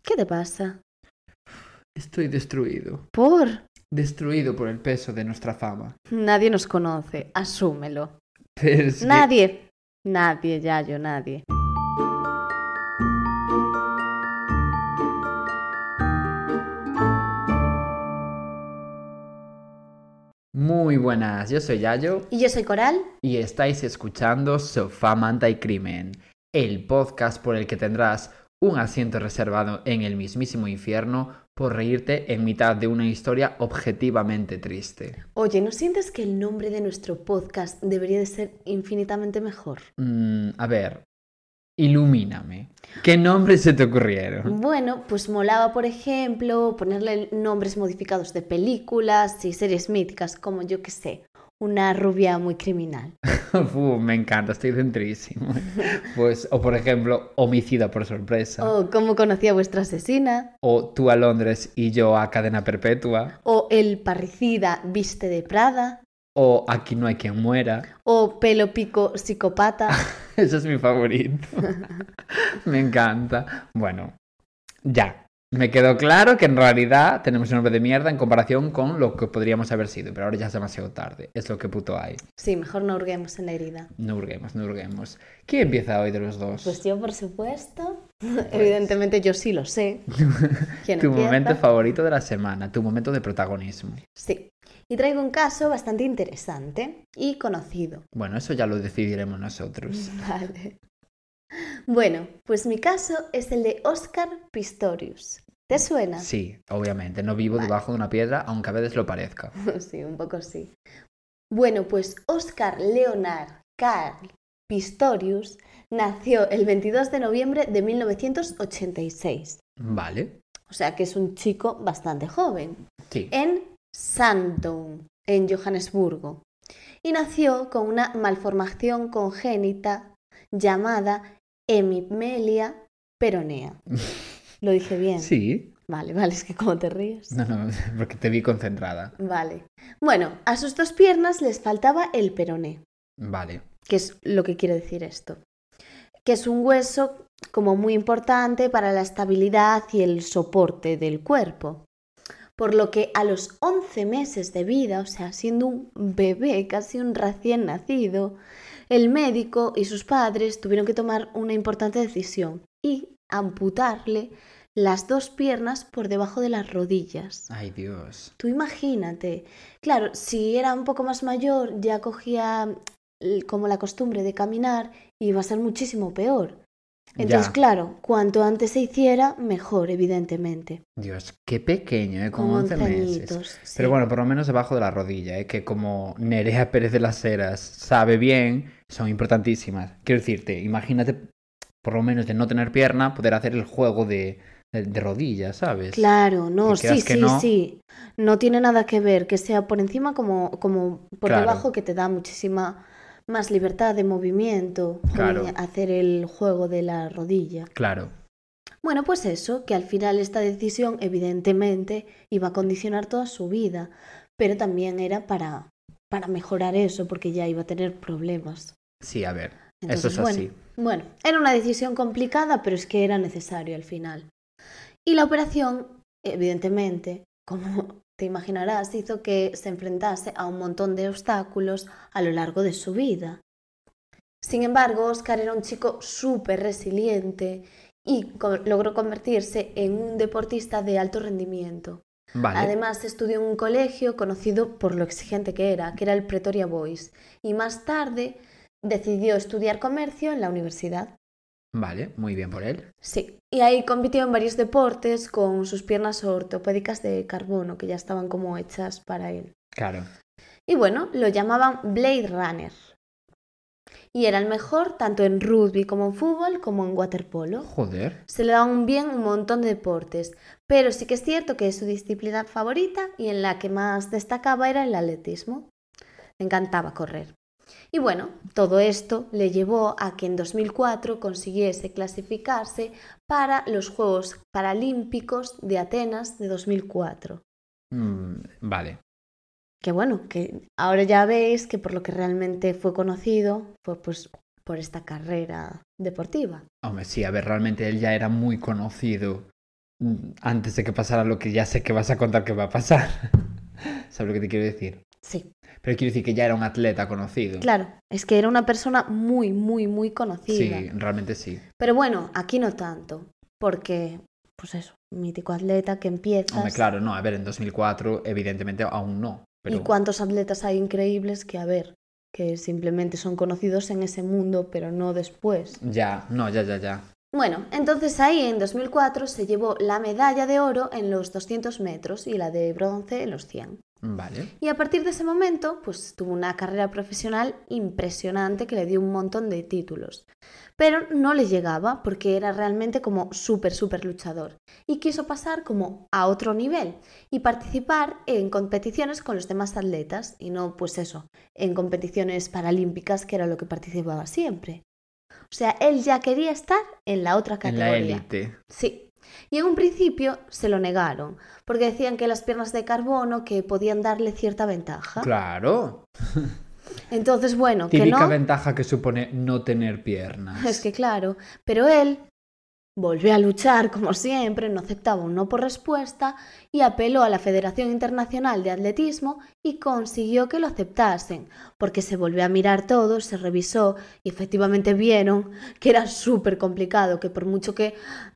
¿Qué te pasa? Estoy destruido. ¿Por? Destruido por el peso de nuestra fama. Nadie nos conoce, asúmelo. Pero es que- Nadie, Yayo, nadie. Muy buenas, yo soy Yayo ¿Y yo soy Coral? y estáis escuchando Sofá, Manta y Crimen, el podcast por el que tendrás un asiento reservado en el mismísimo infierno por reírte en mitad de una historia objetivamente triste. Oye, ¿no sientes que el nombre de nuestro podcast debería de ser infinitamente mejor? A ver, ilumíname. ¿Qué nombres se te ocurrieron? Bueno, pues molaba, por ejemplo, ponerle nombres modificados de películas y series míticas, como yo que sé, Una rubia muy criminal. Me encanta, estoy dentrísimo. Pues, o por ejemplo, Homicida por sorpresa. O Cómo conocí a vuestra asesina. O Tú a Londres y yo a Cadena Perpetua. O El parricida viste de Prada. O Aquí no hay quien muera. O Pelo pico psicópata. Ese es mi favorito. Me encanta. Bueno, ya. Me quedó claro que en realidad tenemos un nombre de mierda en comparación con lo que podríamos haber sido. Pero ahora ya es demasiado tarde. Es lo que puto hay. Sí, mejor no hurguemos en la herida. No hurguemos, no hurguemos. ¿Quién empieza hoy de los dos? Pues yo, por supuesto. Evidentemente yo sí lo sé. ¿Quién Tu empieza? momento favorito de la semana, tu momento de protagonismo. Sí. Y traigo un caso bastante interesante y conocido. Bueno, eso ya lo decidiremos nosotros. Vale. Bueno, pues mi caso es el de Oscar Pistorius. ¿Te suena? Sí, obviamente. No vivo Vale. debajo de una piedra, aunque a veces lo parezca. Sí, un poco sí. Bueno, pues Oscar Leonard Carl Pistorius nació el 22 de noviembre de 1986. Vale. O sea que es un chico bastante joven. Sí. En Sandown, en Johannesburgo. Y nació con una malformación congénita llamada hemimelia peronea. ¿Lo dije bien? Sí. Vale, es que como te ríes. No, porque te vi concentrada. Vale. Bueno, a sus dos piernas les faltaba el peroné, Vale. que es lo que quiere decir esto. Que es un hueso como muy importante para la estabilidad y el soporte del cuerpo. Por lo que a los 11 meses de vida, o sea, siendo un bebé, casi un recién nacido, el médico y sus padres tuvieron que tomar una importante decisión y amputarle las dos piernas por debajo de las rodillas. Ay, Dios. Tú imagínate, claro, si era un poco más mayor ya cogía como la costumbre de caminar y iba a ser muchísimo peor. Entonces, Ya. claro, cuanto antes se hiciera, mejor, evidentemente. Dios, qué pequeño, con Con 11 11 meses. añitos, sí. Pero bueno, por lo menos debajo de la rodilla, que como Nerea Pérez de las Heras sabe bien, son importantísimas. Quiero decirte, imagínate, por lo menos de no tener pierna, poder hacer el juego de rodillas, ¿sabes? Claro, no, Que creas sí, que sí, no. sí. No tiene nada que ver que sea por encima como por Claro. debajo, que te da muchísima más libertad de movimiento, Claro. hacer el juego de la rodilla. Claro. Bueno, pues eso, que al final esta decisión evidentemente iba a condicionar toda su vida, pero también era para mejorar eso, porque ya iba a tener problemas. Sí, a ver, Entonces, eso es así. Bueno, era una decisión complicada, pero es que era necesario al final. Y la operación, evidentemente, como te imaginarás, hizo que se enfrentase a un montón de obstáculos a lo largo de su vida. Sin embargo, Oscar era un chico súper resiliente y logró convertirse en un deportista de alto rendimiento. Vale. Además, estudió en un colegio conocido por lo exigente que era el Pretoria Boys, y más tarde decidió estudiar comercio en la universidad. Vale, muy bien por él. Sí, y ahí compitió en varios deportes con sus piernas ortopédicas de carbono, que ya estaban como hechas para él. Claro. Y bueno, lo llamaban Blade Runner. Y era el mejor tanto en rugby como en fútbol como en waterpolo. Joder. Se le daban bien un montón de deportes, pero sí que es cierto que es su disciplina favorita y en la que más destacaba era el atletismo. Le encantaba correr. Y bueno, todo esto le llevó a que en 2004 consiguiese clasificarse para los Juegos Paralímpicos de Atenas de 2004. Vale. Que bueno, que ahora ya veis que por lo que realmente fue conocido fue pues por esta carrera deportiva. Hombre, sí, a ver, realmente él ya era muy conocido antes de que pasara lo que ya sé que vas a contar que va a pasar. ¿Sabes lo que te quiero decir? Sí, Pero quiero decir que ya era un atleta conocido. claro, es que era una persona muy, muy, muy conocida. Sí, realmente sí. Pero bueno, aquí no tanto, porque, pues eso, mítico atleta que empiezas. Hombre, claro, no, a ver, en 2004 evidentemente aún no. Pero... ¿Y cuántos atletas hay increíbles que, a ver, que simplemente son conocidos en ese mundo, pero no después? Ya, no, ya. Bueno, entonces ahí en 2004 se llevó la medalla de oro en los 200 metros y la de bronce en los 100. Vale. Y a partir de ese momento, pues tuvo una carrera profesional impresionante que le dio un montón de títulos. Pero no le llegaba porque era realmente como súper luchador. Y quiso pasar como a otro nivel y participar en competiciones con los demás atletas. Y no, pues eso, en competiciones paralímpicas, que era lo que participaba siempre. O sea, él ya quería estar en la otra categoría. En la élite. Sí. Y en un principio se lo negaron, porque decían que las piernas de carbono que podían darle cierta ventaja. Claro. Entonces, bueno, que Típica no. ventaja que supone no tener piernas. Es que claro, pero él volvió a luchar como siempre, no aceptaba un no por respuesta y apeló a la Federación Internacional de Atletismo y consiguió que lo aceptasen, porque se volvió a mirar todo, se revisó y efectivamente vieron que era súper complicado, que por mucho que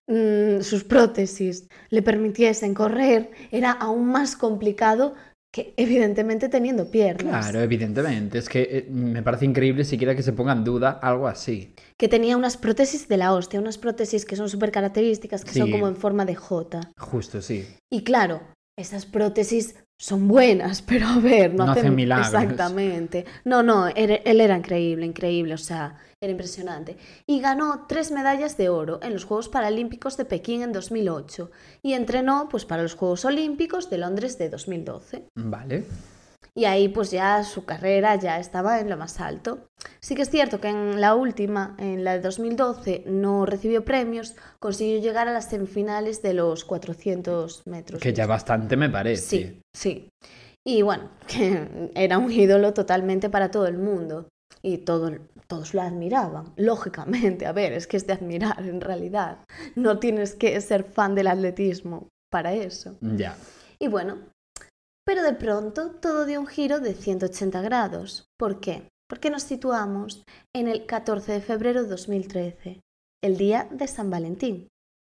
sus prótesis le permitiesen correr, era aún más complicado que evidentemente teniendo piernas. Claro, evidentemente. Es que me parece increíble siquiera que se ponga en duda algo así. Que tenía unas prótesis de la hostia, unas prótesis que son súper características, que Sí. son como en forma de J. Justo, sí. Y claro, esas prótesis son buenas, pero a ver, No hacen milagros. Exactamente. No, él era increíble, o sea, era impresionante. Y ganó 3 medallas de oro en los Juegos Paralímpicos de Pekín en 2008 y entrenó pues para los Juegos Olímpicos de Londres de 2012. Vale. Y ahí pues ya su carrera ya estaba en lo más alto. Sí que es cierto que en la última, en la de 2012, no recibió premios, consiguió llegar a las semifinales de los 400 metros. Que ya bastante me parece. Sí. Y bueno, que era un ídolo totalmente para todo el mundo. Y todos lo admiraban, lógicamente. A ver, es que es de admirar en realidad. No tienes que ser fan del atletismo para eso. Ya. Y bueno, pero de pronto todo dio un giro de 180 grados. ¿Por qué? Porque nos situamos en el 14 de febrero de 2013, el día de San Valentín.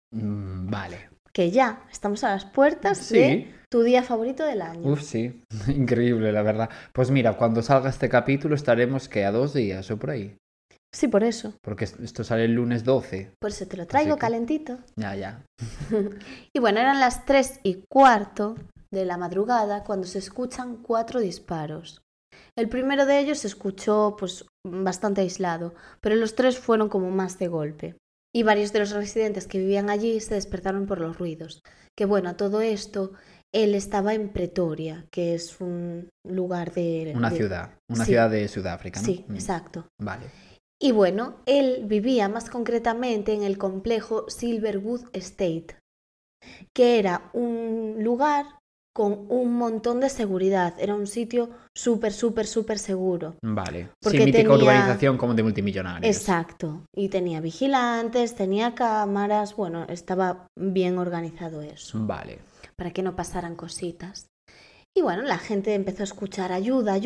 Vale. Que ya estamos a las puertas de tu día favorito del año. Uf, sí. Increíble, la verdad. Pues mira, cuando salga este capítulo estaremos que a 2 días o por ahí. Sí, por eso. Porque esto sale el lunes 12. Por eso te lo traigo calentito. Ya. Y bueno, eran las 3:15 de la madrugada cuando se escuchan 4 disparos. El primero de ellos se escuchó pues bastante aislado, pero los 3 fueron como más de golpe. Y varios de los residentes que vivían allí se despertaron por los ruidos. Que bueno, a todo esto, él estaba en Pretoria, que es un lugar de... Una ciudad de Sudáfrica, ¿no? Sí, exacto. Vale. Y bueno, él vivía más concretamente en el complejo Silverwood Estate, que era un lugar con un montón de seguridad. Era un sitio súper seguro. Vale. Porque sí, mítica tenía... urbanización como de multimillonarios. Exacto. Y tenía vigilantes, tenía cámaras, bueno, estaba bien organizado eso. Vale. Para que no pasaran cositas. Y bueno, la gente empezó a escuchar ayuda.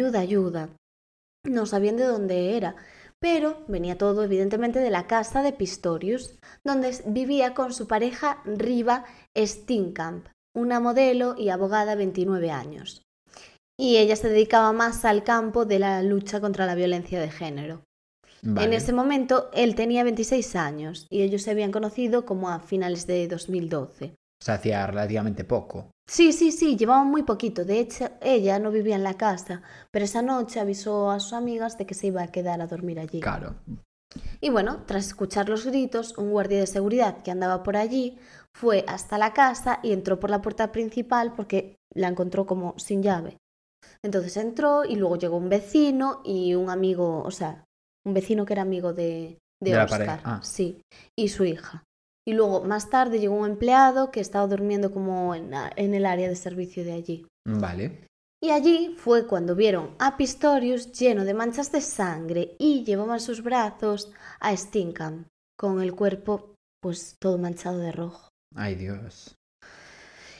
No sabían de dónde era. Pero venía todo evidentemente de la casa de Pistorius, donde vivía con su pareja Riva Steenkamp, una modelo y abogada de 29 años. Y ella se dedicaba más al campo de la lucha contra la violencia de género. Vale. En ese momento él tenía 26 años y ellos se habían conocido como a finales de 2012. O sea, hacía relativamente poco. Sí, llevaban muy poquito. De hecho, ella no vivía en la casa, pero esa noche avisó a sus amigas de que se iba a quedar a dormir allí. Claro. Y bueno, tras escuchar los gritos, un guardia de seguridad que andaba por allí fue hasta la casa y entró por la puerta principal porque la encontró como sin llave. Entonces entró y luego llegó un vecino y un amigo, o sea, un vecino que era amigo de Oscar, sí, y su hija. Y luego, más tarde, llegó un empleado que estaba durmiendo como en el área de servicio de allí. Vale. Y allí fue cuando vieron a Pistorius lleno de manchas de sangre y llevaba en sus brazos a Steenkamp, con el cuerpo pues todo manchado de rojo. Ay, Dios.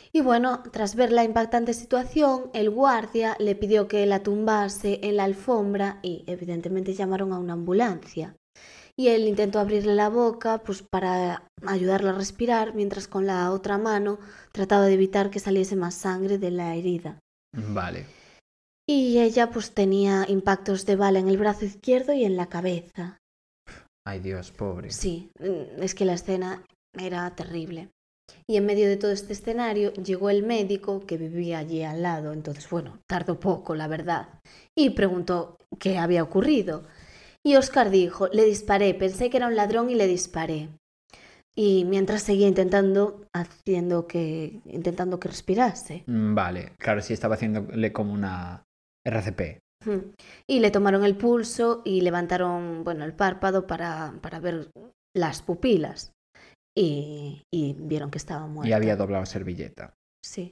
Y bueno, tras ver la impactante situación, el guardia le pidió que la tumbase en la alfombra y evidentemente llamaron a una ambulancia. Y él intentó abrirle la boca pues para ayudarla a respirar, mientras con la otra mano trataba de evitar que saliese más sangre de la herida. Vale. Y ella pues tenía impactos de bala en el brazo izquierdo y en la cabeza. Ay, Dios, pobre. Sí, es que la escena era terrible. Y en medio de todo este escenario llegó el médico que vivía allí al lado. Entonces, bueno, tardó poco, la verdad. Y preguntó qué había ocurrido. Y Oscar dijo, le disparé, pensé que era un ladrón y le disparé. Y mientras seguía intentando que respirase. Vale, claro, sí estaba haciéndole como una RCP. Y le tomaron el pulso y levantaron, bueno, el párpado para ver las pupilas. Y vieron que estaba muerta. Y había doblado servilleta. Sí.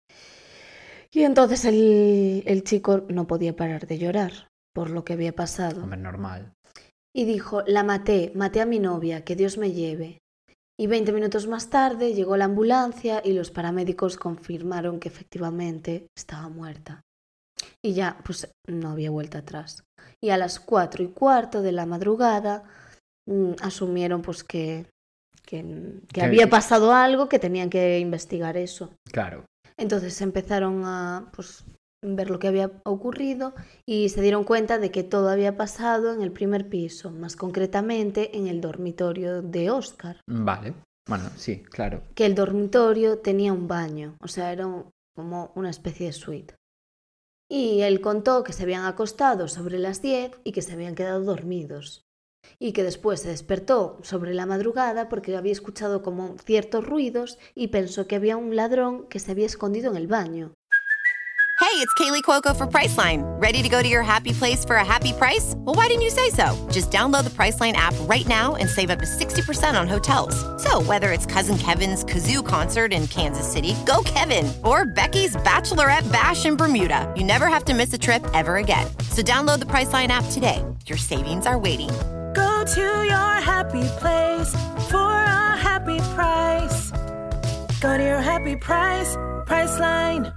Y entonces el chico no podía parar de llorar por lo que había pasado. Hombre, normal. Y dijo, la maté a mi novia, que Dios me lleve. Y 20 minutos más tarde llegó la ambulancia y los paramédicos confirmaron que efectivamente estaba muerta. Y ya, pues no había vuelta atrás. Y a las 4:15 de la madrugada asumieron pues que había pasado algo, que tenían que investigar eso. Claro. Entonces empezaron a pues, ver lo que había ocurrido y se dieron cuenta de que todo había pasado en el primer piso, más concretamente en el dormitorio de Oscar. Vale. Bueno, sí, claro. Que el dormitorio tenía un baño, o sea, era como una especie de suite. Y él contó que se habían acostado sobre las 10 y que se habían quedado dormidos. Y que después se despertó sobre la madrugada porque había escuchado como ciertos ruidos y pensó que había un ladrón que se había escondido en el baño. Hey, it's Kaylee Cuoco for Priceline. Ready to go to your happy place for a happy price? Well, why didn't you say so? Just download the Priceline app right now and save up to 60% on hotels. So whether it's Cousin Kevin's Kazoo Concert in Kansas City, go Kevin, or Becky's Bachelorette Bash in Bermuda, you never have to miss a trip ever again. So download the Priceline app today. Your savings are waiting. Go to your happy place for a happy price. Go to your happy price, Priceline.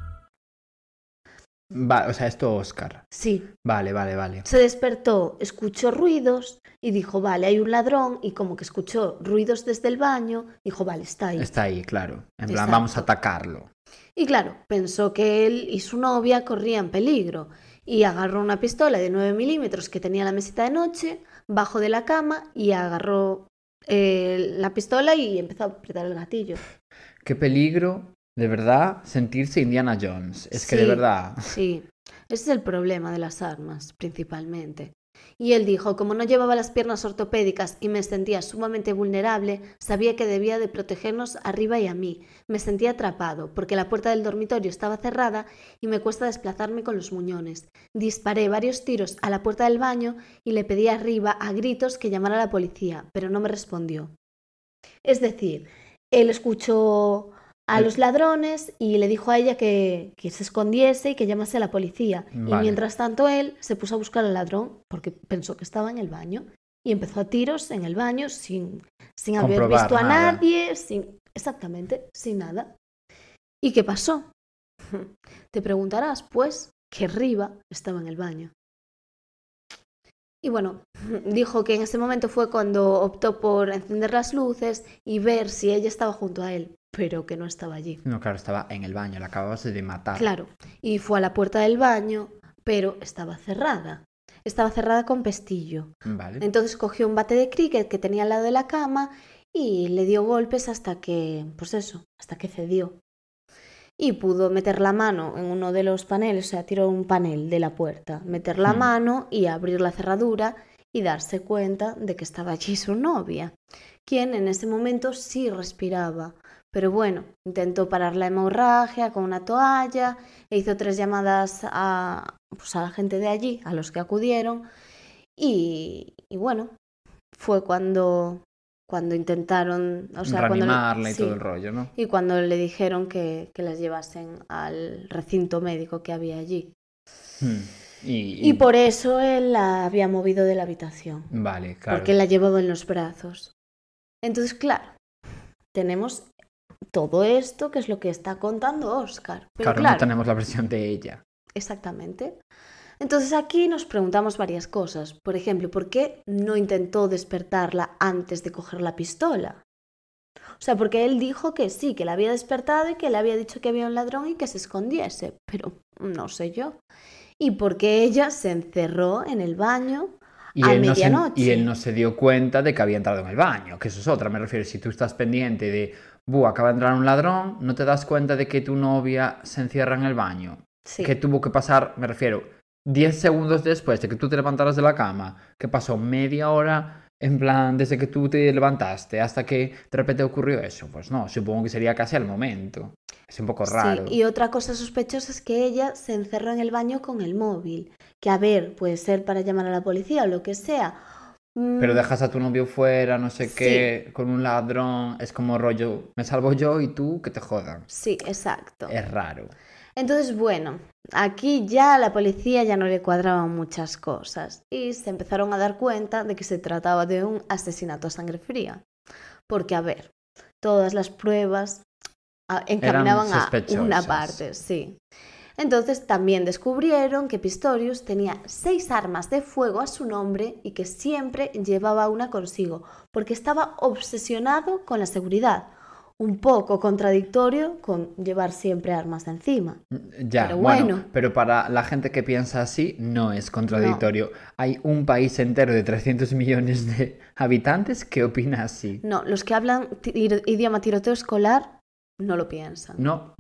Vale, o sea, esto Oscar. Sí. Vale. Se despertó, escuchó ruidos y dijo, vale, hay un ladrón, y como que escuchó ruidos desde el baño, dijo, vale, está ahí. Está ahí, claro. En plan, Exacto. vamos a atacarlo. Y claro, pensó que él y su novia corrían peligro y agarró una pistola de 9 milímetros que tenía en la mesita de noche, bajó de la cama y agarró la pistola y empezó a apretar el gatillo. Qué peligro, de verdad, sentirse Indiana Jones. Es que Sí, de verdad... Sí, ese es el problema de las armas, principalmente. Y él dijo, como no llevaba las piernas ortopédicas y me sentía sumamente vulnerable, sabía que debía de protegernos arriba y a mí. Me sentía atrapado, porque la puerta del dormitorio estaba cerrada y me cuesta desplazarme con los muñones. Disparé varios tiros a la puerta del baño y le pedí arriba a gritos que llamara a la policía, pero no me respondió. Es decir, él escuchó a los ladrones y le dijo a ella que se escondiese y que llamase a la policía. Vale. Y mientras tanto él se puso a buscar al ladrón porque pensó que estaba en el baño y empezó a tiros en el baño sin haber Comprobar visto a nada. nadie, exactamente, sin nada. ¿Y qué pasó? Te preguntarás, pues, que Riva estaba en el baño. Y bueno, dijo que en ese momento fue cuando optó por encender las luces y ver si ella estaba junto a él, pero que no estaba allí. No, claro, estaba en el baño, la acababas de matar. Claro, y fue a la puerta del baño, pero estaba cerrada. Estaba cerrada con pestillo. Vale. Entonces cogió un bate de cricket que tenía al lado de la cama y le dio golpes hasta que, pues eso, hasta que cedió. Y pudo meter la mano en uno de los paneles, o sea, tiró un panel de la puerta, meter la mano y abrir la cerradura y darse cuenta de que estaba allí su novia, quien en ese momento sí respiraba. Pero bueno, intentó parar la hemorragia con una toalla e hizo 3 llamadas a la gente de allí, a los que acudieron. Y bueno, fue cuando intentaron, o sea, reanimarla y sí, todo el rollo, ¿no? y cuando le dijeron que las llevasen al recinto médico que había allí. Y por eso él la había movido de la habitación. Vale, claro. Porque la llevaba en los brazos. Entonces, claro, tenemos todo esto que es lo que está contando Óscar. Pero Claro, no tenemos la versión de ella. Exactamente. Entonces aquí nos preguntamos varias cosas. Por ejemplo, ¿por qué no intentó despertarla antes de coger la pistola? O sea, porque él dijo que sí, que la había despertado y que le había dicho que había un ladrón y que se escondiese, pero no sé yo. Y porque ella se encerró en el baño a medianoche. Y él no se dio cuenta de que había entrado en el baño, que eso es otra, me refiero, si tú estás pendiente de, acaba de entrar un ladrón, no te das cuenta de que tu novia se encierra en el baño. Sí. Que tuvo que pasar, me refiero, 10 segundos después de que tú te levantaras de la cama, que pasó media hora, en plan, desde que tú te levantaste hasta que de repente ocurrió eso. Pues no, supongo que sería casi al momento. Es un poco raro. Sí, y otra cosa sospechosa es que ella se encerró en el baño con el móvil, que a ver, puede ser para llamar a la policía o lo que sea. Pero dejas a tu novio fuera, no sé qué, con un ladrón, es como rollo, me salvo yo y tú, que te jodan. Sí, exacto. Es raro. Entonces, bueno, aquí ya a la policía ya no le cuadraban muchas cosas y se empezaron a dar cuenta de que se trataba de un asesinato a sangre fría. Porque, a ver, todas las pruebas encaminaban a una parte, sí. Entonces también descubrieron que Pistorius tenía 6 armas de fuego a su nombre y que siempre llevaba una consigo, porque estaba obsesionado con la seguridad. Un poco contradictorio con llevar siempre armas de encima. Ya, pero bueno. Pero para la gente que piensa así, no es contradictorio. No. Hay un país entero de 300 millones de habitantes que opina así. No, los que hablan idioma tiroteo escolar no lo piensan. No.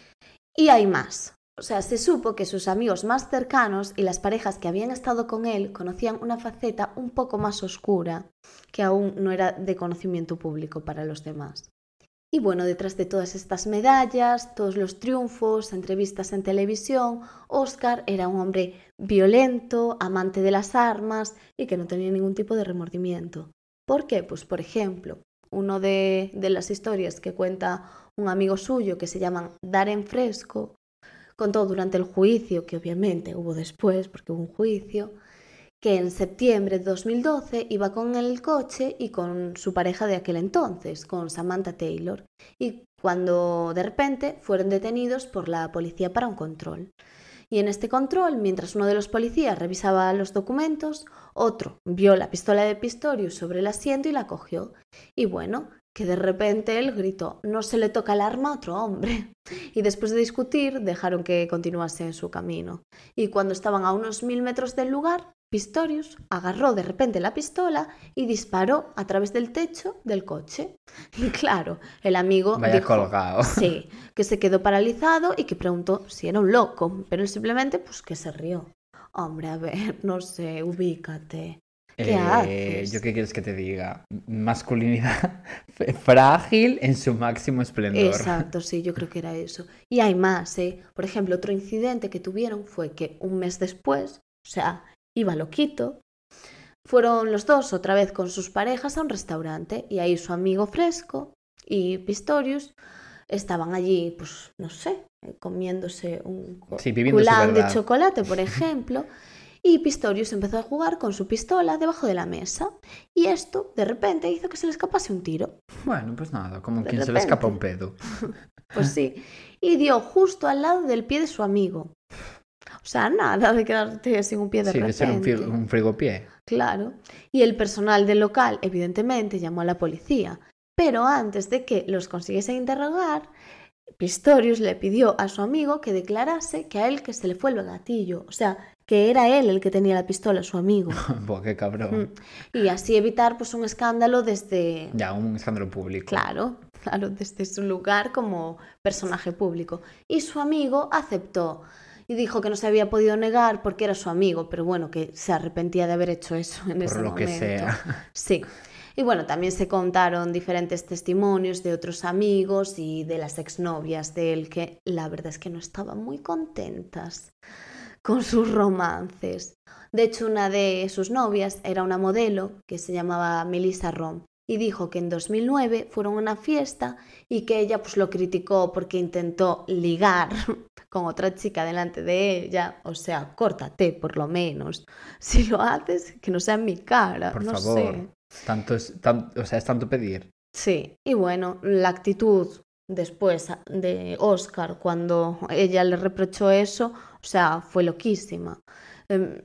Y hay más. O sea, se supo que sus amigos más cercanos y las parejas que habían estado con él conocían una faceta un poco más oscura que aún no era de conocimiento público para los demás. Y bueno, detrás de todas estas medallas, todos los triunfos, entrevistas en televisión, Óscar era un hombre violento, amante de las armas y que no tenía ningún tipo de remordimiento. ¿Por qué? Pues por ejemplo, una de las historias que cuenta un amigo suyo que se llama Darren Fresco, contó durante el juicio, que obviamente hubo después porque hubo un juicio, que en septiembre de 2012 iba con el coche y con su pareja de aquel entonces, con Samantha Taylor, y cuando de repente fueron detenidos por la policía para un control. Y en este control, mientras uno de los policías revisaba los documentos, otro vio la pistola de Pistorius sobre el asiento y la cogió. Y bueno, que de repente él gritó: «No se le toca el arma a otro hombre». Y después de discutir, dejaron que continuase en su camino. Y cuando estaban a unos 1000 metros del lugar, Pistorius agarró de repente la pistola y disparó a través del techo del coche. Y claro, el amigo dijo, colgado. Sí, que se quedó paralizado y que preguntó si era un loco, pero él simplemente pues que se rió. Hombre, a ver, no sé, ubícate. ¿Qué haces? ¿Yo qué quieres que te diga? Masculinidad frágil en su máximo esplendor. Exacto, sí, yo creo que era eso. Y hay más, ¿eh? Por ejemplo, otro incidente que tuvieron fue que un mes después, o sea, iba loquito, fueron los dos otra vez con sus parejas a un restaurante y ahí su amigo Fresco y Pistorius estaban allí, pues no sé, comiéndose un culán de chocolate, por ejemplo, y Pistorius empezó a jugar con su pistola debajo de la mesa y esto de repente hizo que se le escapase un tiro. Bueno, pues nada, como quien se le escapa un pedo. Pues sí, y dio justo al lado del pie de su amigo. O sea, nada de quedarte sin un pie de repente. Sí, de ser un frigopié. Claro. Y el personal del local, evidentemente, llamó a la policía. Pero antes de que los consiguiesen interrogar, Pistorius le pidió a su amigo que declarase que a él que se le fue el gatillo. O sea, que era él el que tenía la pistola, su amigo. Buah, qué cabrón. Y así evitar pues un escándalo desde... Ya, un escándalo público. Claro, desde su lugar como personaje público. Y su amigo aceptó. Y dijo que no se había podido negar porque era su amigo, pero bueno, que se arrepentía de haber hecho eso en ese momento. Por lo que sea. Sí. Y bueno, también se contaron diferentes testimonios de otros amigos y de las exnovias de él, que la verdad es que no estaban muy contentas con sus romances. De hecho, una de sus novias era una modelo que se llamaba Melissa Rom. Y dijo que en 2009 fueron a una fiesta y que ella pues lo criticó porque intentó ligar con otra chica delante de ella. O sea, córtate por lo menos. Si lo haces, que no sea en mi cara. Por no favor. Sé. Es tanto pedir. Sí, y bueno, la actitud después de Oscar, cuando ella le reprochó eso, o sea, fue loquísima. Él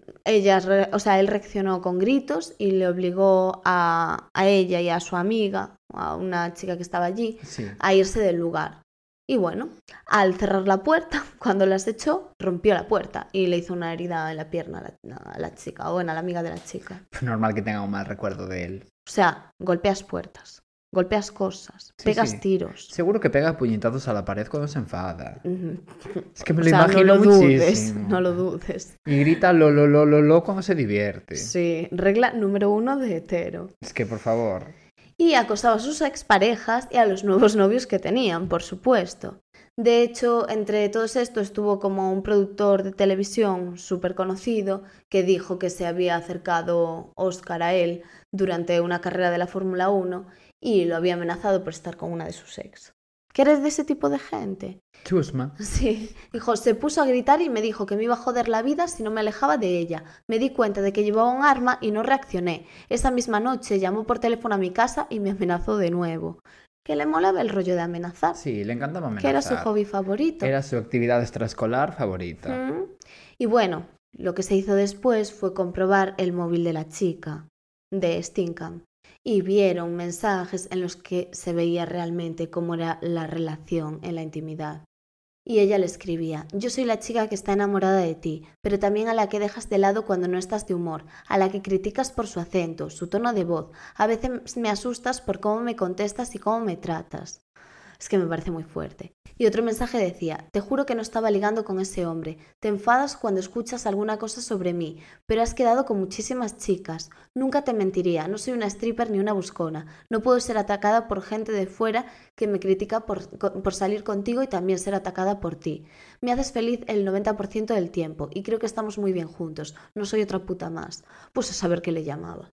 reaccionó con gritos y le obligó a ella y a su amiga, a una chica que estaba allí, Sí. a irse del lugar. Y bueno, al cerrar la puerta, cuando las echó, rompió la puerta y le hizo una herida en la pierna a la chica, o bueno, a la amiga de la chica. Normal que tenga un mal recuerdo de él. O sea, golpeas puertas, golpeas cosas, Sí, pegas sí. tiros. Seguro que pega puñetazos a la pared cuando se enfada. Es que me O lo sea, imagino no lo dudes, muchísimo. no lo dudes. Y grita lo cuando se divierte. Sí, regla número 1 de hetero. Es que, por favor. Y acosaba a sus exparejas y a los nuevos novios que tenían, por supuesto. De hecho, entre todos esto estuvo como un productor de televisión súper conocido que dijo que se había acercado Oscar a él durante una carrera de la Fórmula 1 y lo había amenazado por estar con una de sus ex. ¿Que eres de ese tipo de gente? Chusma. Sí, dijo, se puso a gritar y me dijo que me iba a joder la vida si no me alejaba de ella. Me di cuenta de que llevaba un arma y no reaccioné. Esa misma noche llamó por teléfono a mi casa y me amenazó de nuevo. Que le molaba el rollo de amenazar. Sí, le encantaba amenazar. Que era su hobby favorito. Era su actividad extraescolar favorita. Y bueno, lo que se hizo después fue comprobar el móvil de la chica, de Steenkamp, y vieron mensajes en los que se veía realmente cómo era la relación en la intimidad. Y ella le escribía, yo soy la chica que está enamorada de ti, pero también a la que dejas de lado cuando no estás de humor, a la que criticas por su acento, su tono de voz, a veces me asustas por cómo me contestas y cómo me tratas. Es que me parece muy fuerte. Y otro mensaje decía, te juro que no estaba ligando con ese hombre, te enfadas cuando escuchas alguna cosa sobre mí, pero has quedado con muchísimas chicas, nunca te mentiría, no soy una stripper ni una buscona, no puedo ser atacada por gente de fuera que me critica por salir contigo y también ser atacada por ti. Me haces feliz el 90% del tiempo y creo que estamos muy bien juntos, no soy otra puta más. Pues a saber qué le llamaba.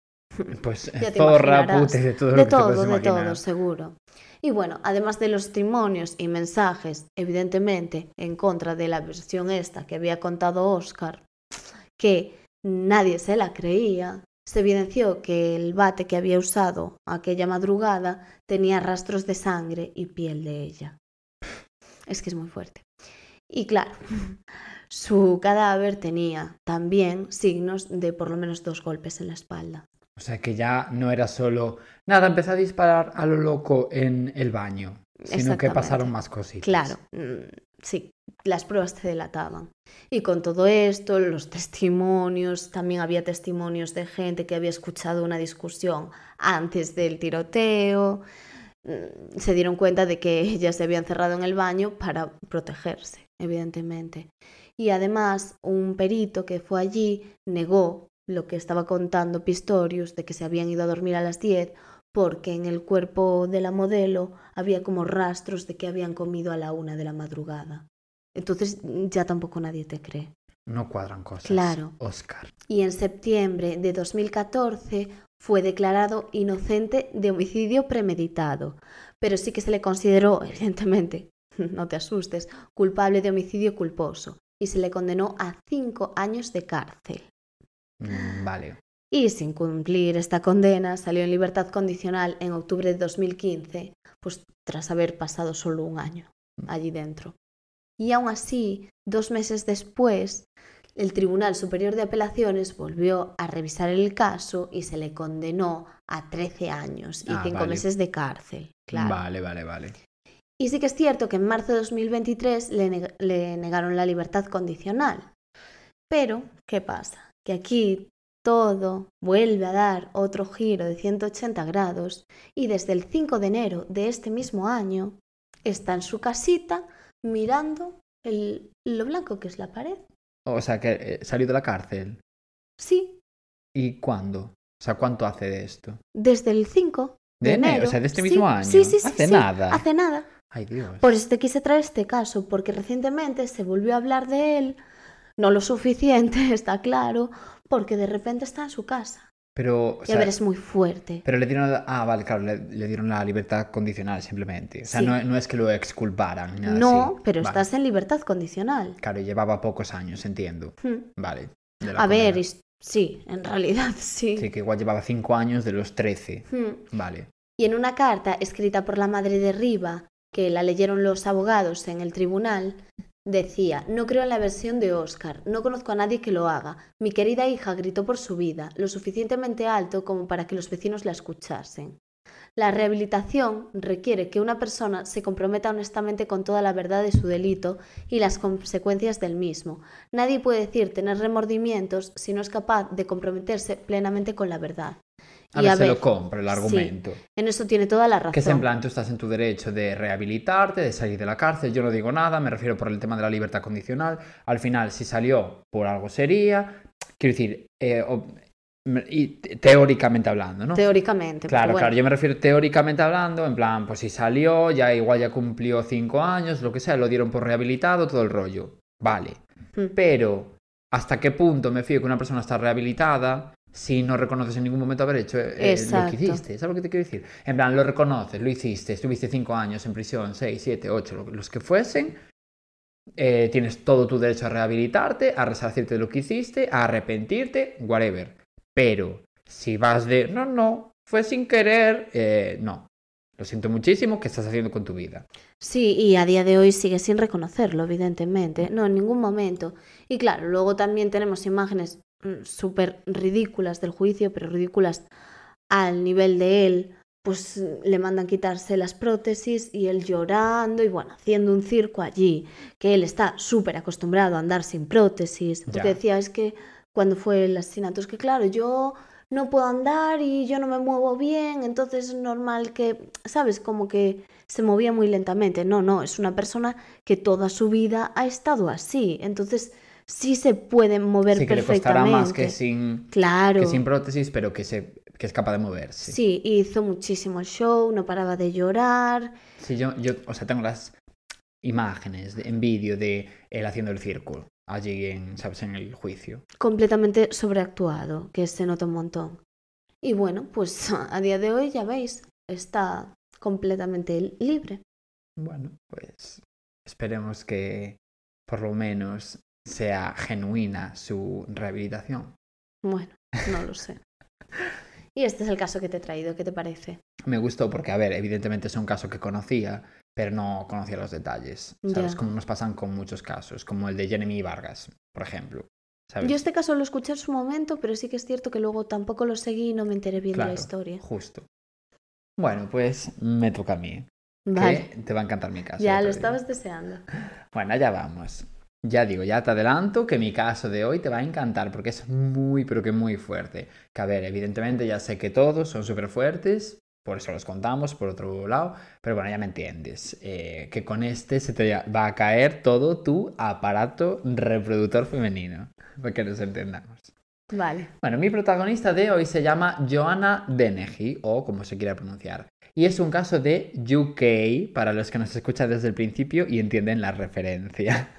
Pues Ya te zorra, imaginarás. pute, de todo lo De que te puedes todo, de imaginar. todo, seguro. Y bueno, además de los testimonios y mensajes, evidentemente, en contra de la versión esta que había contado Oscar, que nadie se la creía, se evidenció que el bate que había usado aquella madrugada tenía rastros de sangre y piel de ella. Es que es muy fuerte. Y claro, su cadáver tenía también signos de por lo menos 2 golpes en la espalda. O sea que ya no era solo, nada, empecé a disparar a lo loco en el baño, sino que pasaron más cositas. Claro, sí, las pruebas te delataban. Y con todo esto, los testimonios, también había testimonios de gente que había escuchado una discusión antes del tiroteo. Se dieron cuenta de que ella se había encerrado en el baño para protegerse, evidentemente. Y además, un perito que fue allí negó lo que estaba contando Pistorius de que se habían ido a dormir a las 10 porque en el cuerpo de la modelo había como rastros de que habían comido a la 1 de la madrugada. Entonces ya tampoco nadie te cree. No cuadran cosas. Claro. Oscar. Y en septiembre de 2014 fue declarado inocente de homicidio premeditado, pero sí que se le consideró, evidentemente, no te asustes, culpable de homicidio culposo y se le condenó a 5 años de cárcel. Vale. Y sin cumplir esta condena salió en libertad condicional en octubre de 2015, pues tras haber pasado solo 1 año allí dentro. Y aún así, 2 meses después, el Tribunal Superior de Apelaciones volvió a revisar el caso y se le condenó a 13 años y 5 meses de cárcel. Claro. Vale. Y sí que es cierto que en marzo de 2023 le negaron la libertad condicional. Pero, ¿qué pasa? Que aquí todo vuelve a dar otro giro de 180 grados y desde el 5 de enero de este mismo año está en su casita mirando lo blanco que es la pared. O sea, que salió de la cárcel. Sí. ¿Y cuándo? O sea, ¿cuánto hace de esto? Desde el 5 de enero. O sea, de este mismo año. Sí. Hace nada. Hace nada. Ay, Dios. Por eso te quise traer este caso, porque recientemente se volvió a hablar de él, no lo suficiente, está claro, porque de repente está en su casa. Pero, o sea, y a ver, es muy fuerte. Pero le dieron... vale, claro, le dieron la libertad condicional simplemente. O sea, Sí. no es que lo exculparan ni nada No, así. pero Vale. estás en libertad condicional. Claro, llevaba pocos años, entiendo. Vale. de la A ver, condena. sí, en realidad sí. Sí, que igual llevaba 5 años de los 13. Vale. Y en una carta escrita por la madre de Riva, que la leyeron los abogados en el tribunal, decía: no creo en la versión de Oscar, no conozco a nadie que lo haga. Mi querida hija gritó por su vida, lo suficientemente alto como para que los vecinos la escuchasen. La rehabilitación requiere que una persona se comprometa honestamente con toda la verdad de su delito y las consecuencias del mismo. Nadie puede decir tener remordimientos si no es capaz de comprometerse plenamente con la verdad. A ver, se lo compro el argumento. Sí, en eso tiene toda la razón. Que es en plan, tú estás en tu derecho de rehabilitarte, de salir de la cárcel. Yo no digo nada, me refiero por el tema de la libertad condicional. Al final, si salió por algo sería. Quiero decir, y teóricamente hablando, ¿no? Teóricamente. Claro, bueno. claro, yo me refiero teóricamente hablando, en plan, pues si salió, ya igual ya cumplió 5 años, lo que sea, lo dieron por rehabilitado, todo el rollo. Vale. Pero, ¿hasta qué punto me fío que una persona está rehabilitada si no reconoces en ningún momento haber hecho lo que hiciste? ¿Sabes lo que te quiero decir? En plan, lo reconoces, lo hiciste, estuviste 5 años en prisión, 6, 7, 8, los que fuesen. Tienes todo tu derecho a rehabilitarte, a resarcirte de lo que hiciste, a arrepentirte, whatever. Pero si vas de, no, fue sin querer, no. Lo siento muchísimo, ¿qué estás haciendo con tu vida? Sí, y a día de hoy sigue sin reconocerlo, evidentemente. No, en ningún momento. Y claro, luego también tenemos imágenes súper ridículas del juicio, pero ridículas al nivel de él. Pues le mandan quitarse las prótesis y él llorando y bueno, haciendo un circo allí, que él está súper acostumbrado a andar sin prótesis. Porque decía, es que cuando fue el asesinato, es que claro, yo no puedo andar y yo no me muevo bien, entonces es normal que, ¿sabes? Como que se movía muy lentamente. No, es una persona que toda su vida ha estado así, entonces sí se puede mover perfectamente. Sí, que le costará más que sin, claro, que sin prótesis, pero que es capaz de moverse. Sí, hizo muchísimo el show, no paraba de llorar. Sí, yo o sea, tengo las imágenes en vídeo de él haciendo el circo allí ¿sabes? En el juicio. Completamente sobreactuado, que se nota un montón. Y bueno, pues a día de hoy, ya veis, está completamente libre. Bueno, pues esperemos que por lo menos sea genuina su rehabilitación. Bueno, no lo sé. Y este es el caso que te he traído, ¿qué te parece? Me gustó porque, a ver, evidentemente es un caso que conocía, pero no conocía los detalles, ¿sabes? Como nos pasan con muchos casos, como el de Jeremy Vargas, por ejemplo, ¿sabes? Yo este caso lo escuché en su momento, pero sí que es cierto que luego tampoco lo seguí y no me enteré bien de la historia. Justo. Bueno, pues me toca a mí. Vale. Que te va a encantar mi caso. Ya lo estabas deseando. Bueno, allá vamos. Ya digo, ya te adelanto que mi caso de hoy te va a encantar porque es muy, pero que muy fuerte. Que a ver, evidentemente ya sé que todos son súper fuertes, por eso los contamos, por otro lado, pero bueno, ya me entiendes. Que con este se te va a caer todo tu aparato reproductor femenino, para que nos entendamos. Vale. Bueno, mi protagonista de hoy se llama Joanna Dennehy, o como se quiera pronunciar. Y es un caso de UK, para los que nos escuchan desde el principio y entienden la referencia.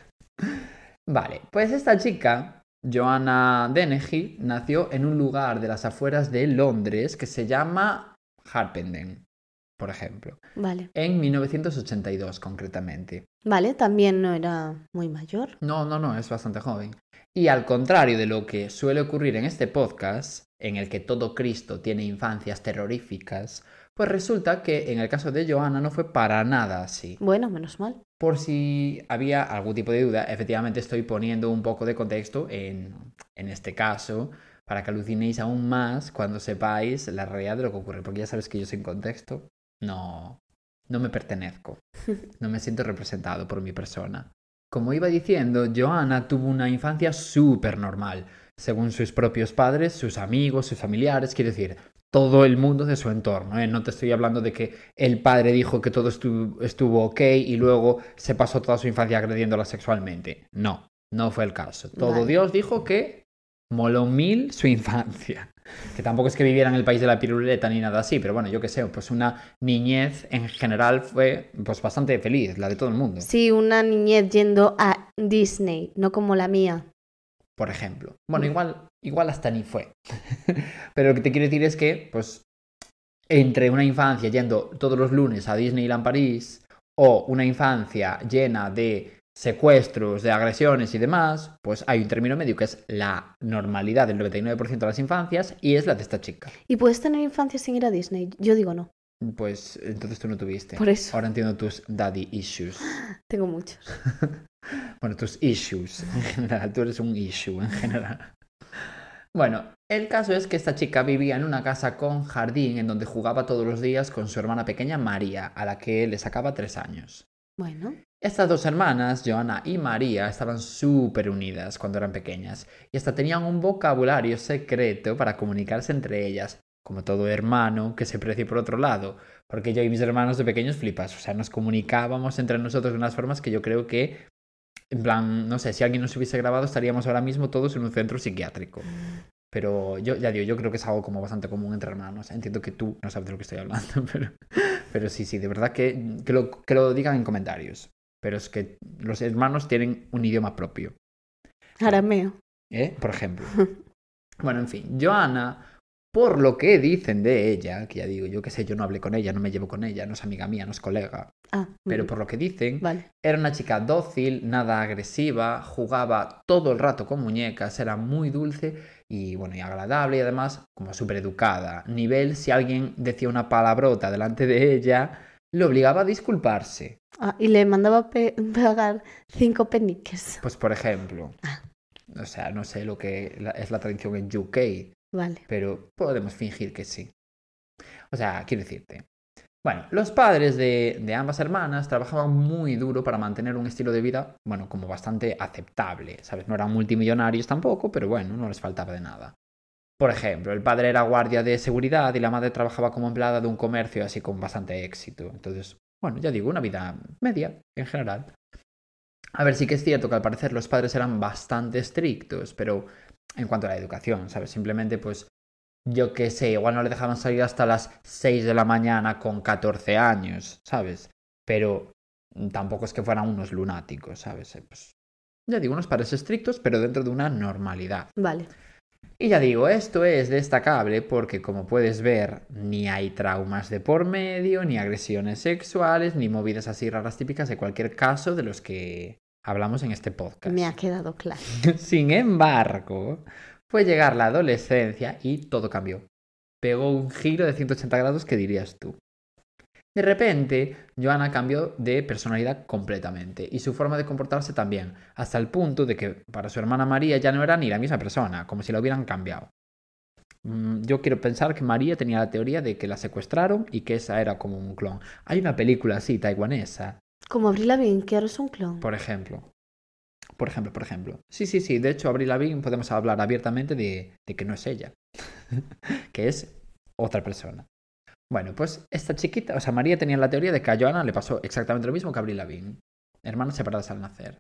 Vale, pues esta chica, Joanna Dennehy, nació en un lugar de las afueras de Londres que se llama Harpenden, por ejemplo. Vale. En 1982, concretamente. Vale, también no era muy mayor. No, es bastante joven. Y al contrario de lo que suele ocurrir en este podcast, en el que todo Cristo tiene infancias terroríficas, pues resulta que en el caso de Joanna no fue para nada así. Bueno, menos mal. Por si había algún tipo de duda, efectivamente estoy poniendo un poco de contexto en este caso para que alucinéis aún más cuando sepáis la realidad de lo que ocurre. Porque ya sabes que yo sin contexto no me pertenezco, no me siento representado por mi persona. Como iba diciendo, Joanna tuvo una infancia súper normal, según sus propios padres, sus amigos, sus familiares, quiero decir, todo el mundo de su entorno, ¿eh? No te estoy hablando de que el padre dijo que todo estuvo ok y luego se pasó toda su infancia agrediéndola sexualmente. No fue el caso. Todo Vale. Dios dijo que moló 1000 su infancia. Que tampoco es que viviera en el país de la piruleta ni nada así, pero bueno, yo qué sé, pues una niñez en general fue pues bastante feliz, la de todo el mundo. Sí, una niñez yendo a Disney, no como la mía. Por ejemplo. Bueno, igual hasta ni fue. Pero lo que te quiero decir es que, pues, entre una infancia yendo todos los lunes a Disneyland París o una infancia llena de secuestros, de agresiones y demás, pues hay un término medio que es la normalidad del 99% de las infancias y es la de esta chica. ¿Y puedes tener infancia sin ir a Disney? Yo digo no. Pues entonces tú no tuviste. Por eso. Ahora entiendo tus daddy issues. Tengo muchos. Bueno, tus issues en general. Tú eres un issue en general. Bueno, el caso es que esta chica vivía en una casa con jardín en donde jugaba todos los días con su hermana pequeña María, a la que le sacaba 3 años. Bueno, Estas 2 hermanas, Joana y María, estaban súper unidas cuando eran pequeñas y hasta tenían un vocabulario secreto para comunicarse entre ellas, como todo hermano que se precie por otro lado, porque yo y mis hermanos de pequeños flipas, o sea, nos comunicábamos entre nosotros de unas formas que yo creo que, en plan, no sé, si alguien nos hubiese grabado estaríamos ahora mismo todos en un centro psiquiátrico. Pero yo ya digo, yo creo que es algo como bastante común entre hermanos. Entiendo que tú no sabes de lo que estoy hablando, pero sí, de verdad que lo digan en comentarios. Pero es que los hermanos tienen un idioma propio. arameo. Por ejemplo. Bueno, en fin, Joana, por lo que dicen de ella, que ya digo, yo qué sé, yo no hablé con ella, no me llevo con ella, no es amiga mía, no es colega. Pero por lo que dicen, Vale. era una chica dócil, nada agresiva, jugaba todo el rato con muñecas, era muy dulce y bueno, y agradable y además como súper educada. Nivel, si alguien decía una palabrota delante de ella, le obligaba a disculparse. Y le mandaba pagar 5 peniques. Pues por ejemplo, o sea, no sé lo que es la tradición en UK, Vale. pero podemos fingir que sí. O sea, quiero decirte. Bueno, los padres de ambas hermanas trabajaban muy duro para mantener un estilo de vida, bueno, como bastante aceptable, ¿sabes? No eran multimillonarios tampoco, pero bueno, no les faltaba de nada. Por ejemplo, el padre era guardia de seguridad y la madre trabajaba como empleada de un comercio así con bastante éxito. Entonces, bueno, ya digo, una vida media en general. A ver, sí que es cierto que al parecer los padres eran bastante estrictos, pero en cuanto a la educación, ¿sabes? Simplemente, pues, yo qué sé, igual no le dejaban salir hasta las 6 de la mañana con 14 años, ¿sabes? Pero tampoco es que fueran unos lunáticos, ¿sabes? Pues, ya digo, unos padres estrictos, pero dentro de una normalidad. Vale. Y ya digo, esto es destacable porque, como puedes ver, ni hay traumas de por medio, ni agresiones sexuales, ni movidas así raras típicas de cualquier caso de los que hablamos en este podcast. Me ha quedado claro. Sin embargo, fue llegar la adolescencia y todo cambió. Pegó un giro de 180 grados, ¿qué dirías tú? De repente, Joana cambió de personalidad completamente y su forma de comportarse también, hasta el punto de que para su hermana María ya no era ni la misma persona, como si la hubieran cambiado. Yo quiero pensar que María tenía la teoría de que la secuestraron y que esa era como un clon. Hay una película así, taiwanesa. Como Avril Lavigne, que ahora es un clon. Por ejemplo. Sí. De hecho, Avril Lavigne podemos hablar abiertamente de que no es ella. Que es otra persona. Bueno, pues esta chiquita, o sea, María tenía la teoría de que a Joana le pasó exactamente lo mismo que a Avril Lavigne. Hermanas separadas al nacer.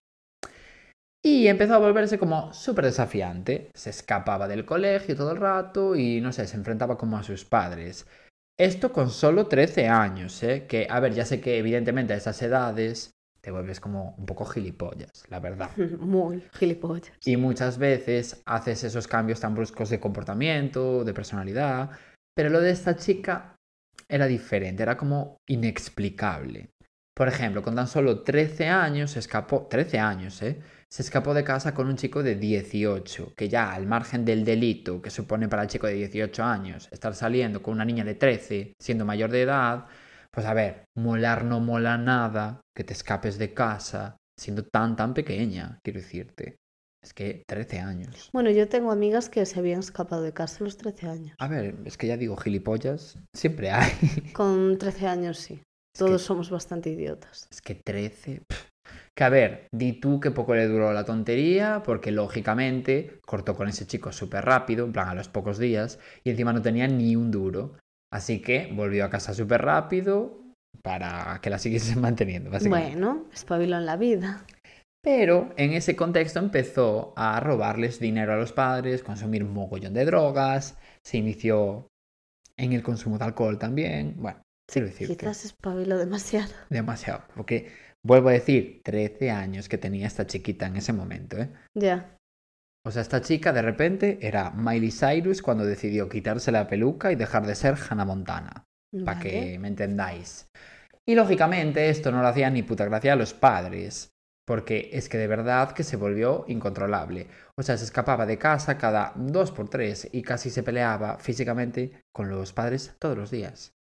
Y empezó a volverse como súper desafiante. Se escapaba del colegio todo el rato y, no sé, se enfrentaba como a sus padres. Esto con solo 13 años, ¿eh? Que, a ver, ya sé que evidentemente a esas edades te vuelves como un poco gilipollas, la verdad. Muy gilipollas. Y muchas veces haces esos cambios tan bruscos de comportamiento, de personalidad. Pero lo de esta chica era diferente, era como inexplicable. Por ejemplo, con tan solo 13 años se escapó, 13 años, se escapó de casa con un chico de 18, que ya al margen del delito que supone para el chico de 18 años estar saliendo con una niña de 13, siendo mayor de edad, pues a ver, molar no mola nada que te escapes de casa siendo tan pequeña, quiero decirte. Es que 13 años. Bueno, yo tengo amigas que se habían escapado de casa a los 13 años. A ver, es que ya digo, gilipollas siempre hay. Con 13 años sí. Todos somos bastante idiotas. Es que 13... Que a ver, di tú que poco le duró la tontería, porque lógicamente cortó con ese chico súper rápido, en plan a los pocos días, y encima no tenía ni un duro. Así que volvió a casa súper rápido para que la siguiesen manteniendo, básicamente. Bueno, espabiló en la vida. Pero en ese contexto empezó a robarles dinero a los padres, consumir un mogollón de drogas, se inició en el consumo de alcohol también. Bueno, quiero decir quizás espabiló demasiado. Demasiado, porque vuelvo a decir, 13 años que tenía esta chiquita en ese momento, ¿eh? Ya. O sea, esta chica de repente era Miley Cyrus cuando decidió quitarse la peluca y dejar de ser Hannah Montana. Para que me entendáis. Y lógicamente esto no lo hacía ni puta gracia a los padres. Porque es que de verdad que se volvió incontrolable. O sea, se escapaba de casa cada 2 por 3 y casi se peleaba físicamente con los padres todos los días.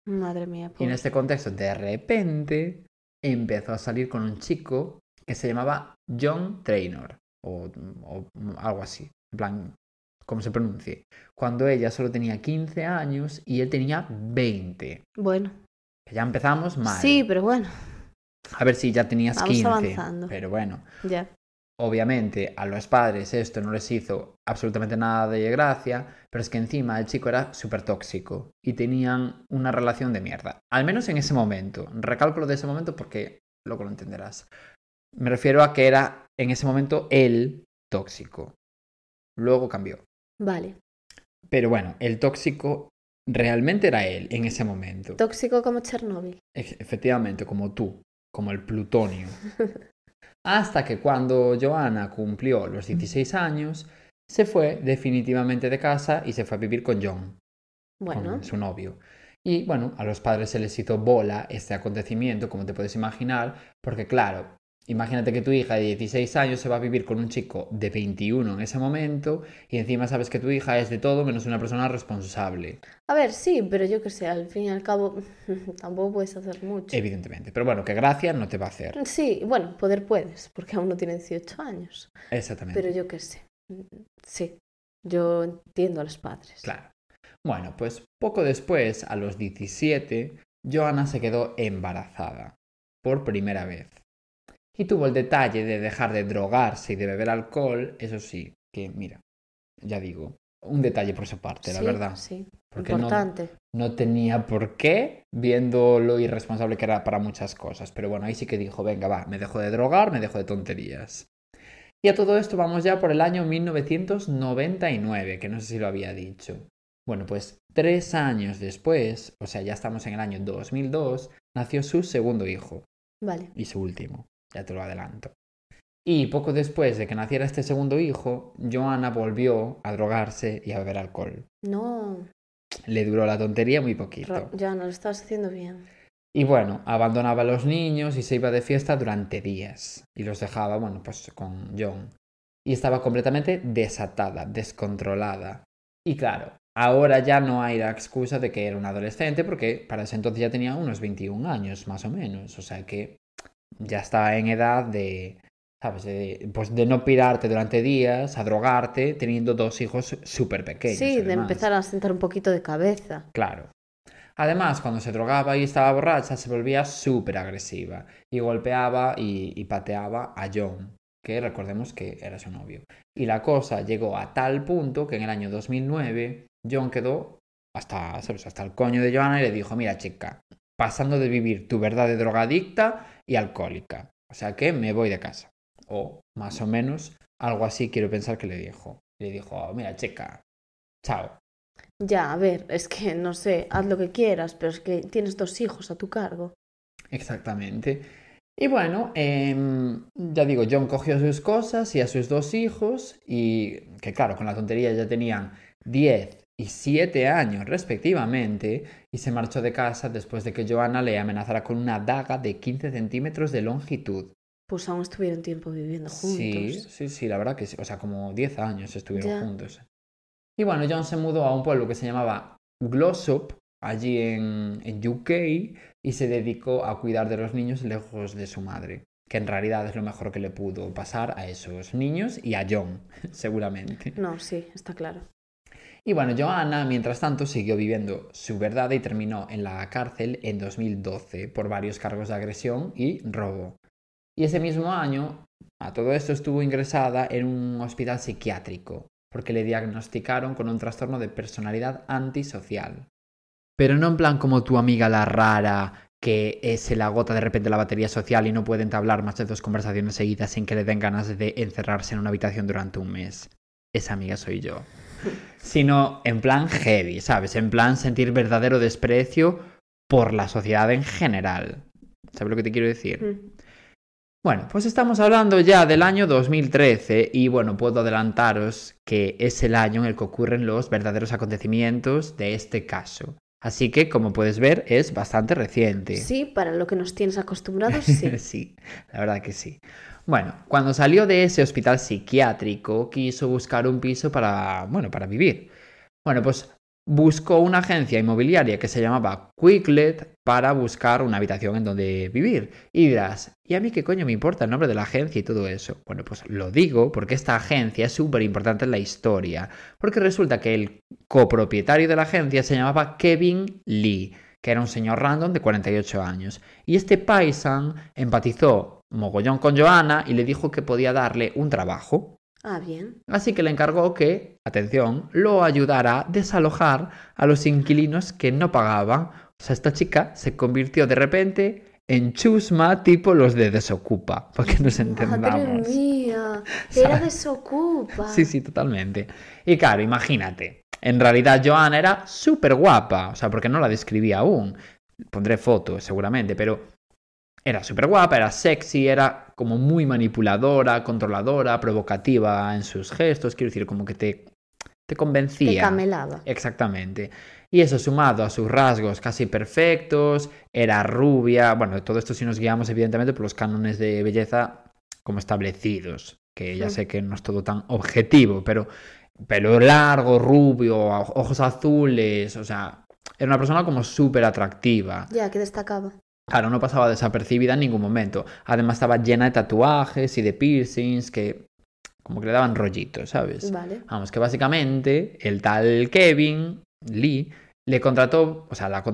Madre mía, Y en pobre. este contexto, de repente, empezó a salir con un chico que se llamaba John Trainor, o algo así, en plan, ¿cómo se pronuncie? Cuando ella solo tenía 15 años y él tenía 20. Bueno, Que ya empezamos mal. sí, pero bueno, A ver si ya tenías vamos 15. avanzando. Pero bueno, ya. obviamente a los padres esto no les hizo absolutamente nada de gracia, pero es que encima el chico era súper tóxico y tenían una relación de mierda. Al menos en ese momento. Recálculo de ese momento porque luego lo entenderás. Me refiero a que era en ese momento él tóxico. Luego cambió. Vale. Pero bueno, el tóxico realmente era él en ese momento. Tóxico como Chernóbil. Efectivamente, como tú, como el plutonio. Hasta que cuando Joanna cumplió los 16 años, se fue definitivamente de casa y se fue a vivir con John, Bueno, con su novio. Y bueno, a los padres se les hizo bola este acontecimiento, como te puedes imaginar, porque claro, imagínate que tu hija de 16 años se va a vivir con un chico de 21 en ese momento y encima sabes que tu hija es de todo menos una persona responsable. a ver, sí, pero yo qué sé, al fin y al cabo tampoco puedes hacer mucho. Evidentemente. Pero bueno, que gracia no te va a hacer. Sí, bueno, poder puedes, porque aún no tiene 18 años. Exactamente. Pero yo qué sé. Sí, yo entiendo a los padres. Claro. Bueno, pues poco después, a los 17, Joanna se quedó embarazada. Por primera vez. Y tuvo el detalle de dejar de drogarse y de beber alcohol, eso sí, que mira, ya digo, un detalle por su parte, la Sí, verdad. sí, Porque importante. no tenía por qué, viendo lo irresponsable que era para muchas cosas. Pero bueno, ahí sí que dijo, venga, va, me dejo de drogar, me dejo de tonterías. Y a todo esto vamos ya por el año 1999, que no sé si lo había dicho. Bueno, pues 3 años después, o sea, ya estamos en el año 2002, nació su segundo hijo Vale. y su último, ya te lo adelanto. Y poco después de que naciera este segundo hijo, Joanna volvió a drogarse y a beber alcohol. No, Le duró la tontería muy poquito. ya no lo estás haciendo bien. Y bueno, abandonaba a los niños y se iba de fiesta durante días. Y los dejaba, bueno, pues con John. Y estaba completamente desatada, descontrolada. Y claro, ahora ya no hay la excusa de que era un adolescente porque para ese entonces ya tenía unos 21 años, más o menos. O sea que ya está en edad de, ¿sabes? Pues de no pirarte durante días, a drogarte, teniendo 2 hijos súper pequeños. Sí, de además. empezar a sentar un poquito de cabeza. Claro. Además, cuando se drogaba y estaba borracha, se volvía súper agresiva y golpeaba y pateaba a John, que recordemos que era su novio. Y la cosa llegó a tal punto que en el año 2009 John quedó hasta el coño de Joanna y le dijo, mira chica, pasando de vivir tu verdad de drogadicta y alcohólica. O sea que me voy de casa. O más o menos algo así quiero pensar que le dijo. Le dijo, mira chica, chao. Ya, a ver, es que no sé, haz lo que quieras, pero es que tienes 2 hijos a tu cargo. Exactamente. Y bueno, ya digo, John cogió sus cosas y a sus 2 hijos y que claro, con la tontería ya tenían 10 y 7 años respectivamente y se marchó de casa después de que Joanna le amenazara con una daga de 15 centímetros de longitud. Pues aún estuvieron tiempo viviendo juntos. Sí, la verdad que sí. O sea, como 10 años estuvieron Ya. juntos. Y bueno, John se mudó a un pueblo que se llamaba Glossop, allí en UK, y se dedicó a cuidar de los niños lejos de su madre, que en realidad es lo mejor que le pudo pasar a esos niños y a John, seguramente. No, sí, está claro. Y bueno, Joanna, mientras tanto, siguió viviendo su verdad y terminó en la cárcel en 2012 por varios cargos de agresión y robo. Y ese mismo año, a todo esto estuvo ingresada en un hospital psiquiátrico, porque le diagnosticaron con un trastorno de personalidad antisocial. Pero no en plan como tu amiga la rara, que se le agota de repente la batería social y no puede entablar más de 2 conversaciones seguidas sin que le den ganas de encerrarse en una habitación durante un mes. Esa amiga soy yo. Sino en plan heavy, ¿sabes? En plan sentir verdadero desprecio por la sociedad en general. ¿Sabes lo que te quiero decir? Bueno, pues estamos hablando ya del año 2013 y bueno, puedo adelantaros que es el año en el que ocurren los verdaderos acontecimientos de este caso. Así que, como puedes ver, es bastante reciente. Sí, para lo que nos tienes acostumbrados, sí. Sí, la verdad que sí. Bueno, cuando salió de ese hospital psiquiátrico, quiso buscar un piso para vivir. Bueno, pues buscó una agencia inmobiliaria que se llamaba Quicklet para buscar una habitación en donde vivir. Y dirás, ¿y a mí qué coño me importa el nombre de la agencia y todo eso? Bueno, pues lo digo porque esta agencia es súper importante en la historia. Porque resulta que el copropietario de la agencia se llamaba Kevin Lee, que era un señor random de 48 años. Y este paisan empatizó mogollón con Joanna y le dijo que podía darle un trabajo. Ah, bien. Así que le encargó que, atención, lo ayudara a desalojar a los inquilinos que no pagaban. O sea, esta chica se convirtió de repente en chusma tipo los de Desocupa, para que nos entendamos. Madre mía, era Desocupa. Sí, totalmente. Y claro, imagínate, en realidad Joanna era súper guapa, o sea, porque no la describí aún. Pondré fotos seguramente, pero era súper guapa, era sexy, era como muy manipuladora, controladora, provocativa en sus gestos, quiero decir, como que te convencía. Te camelaba. Exactamente. Y eso sumado a sus rasgos casi perfectos, era rubia, bueno, todo esto si nos guiamos evidentemente por los cánones de belleza como establecidos, que ya sé que no es todo tan objetivo, pero pelo largo, rubio, ojos azules, o sea, era una persona como súper atractiva. Ya, que destacaba. Claro, no pasaba desapercibida en ningún momento. Además estaba llena de tatuajes y de piercings que como que le daban rollitos, ¿sabes? Vale. Vamos, que básicamente el tal Kevin Lee la contrató,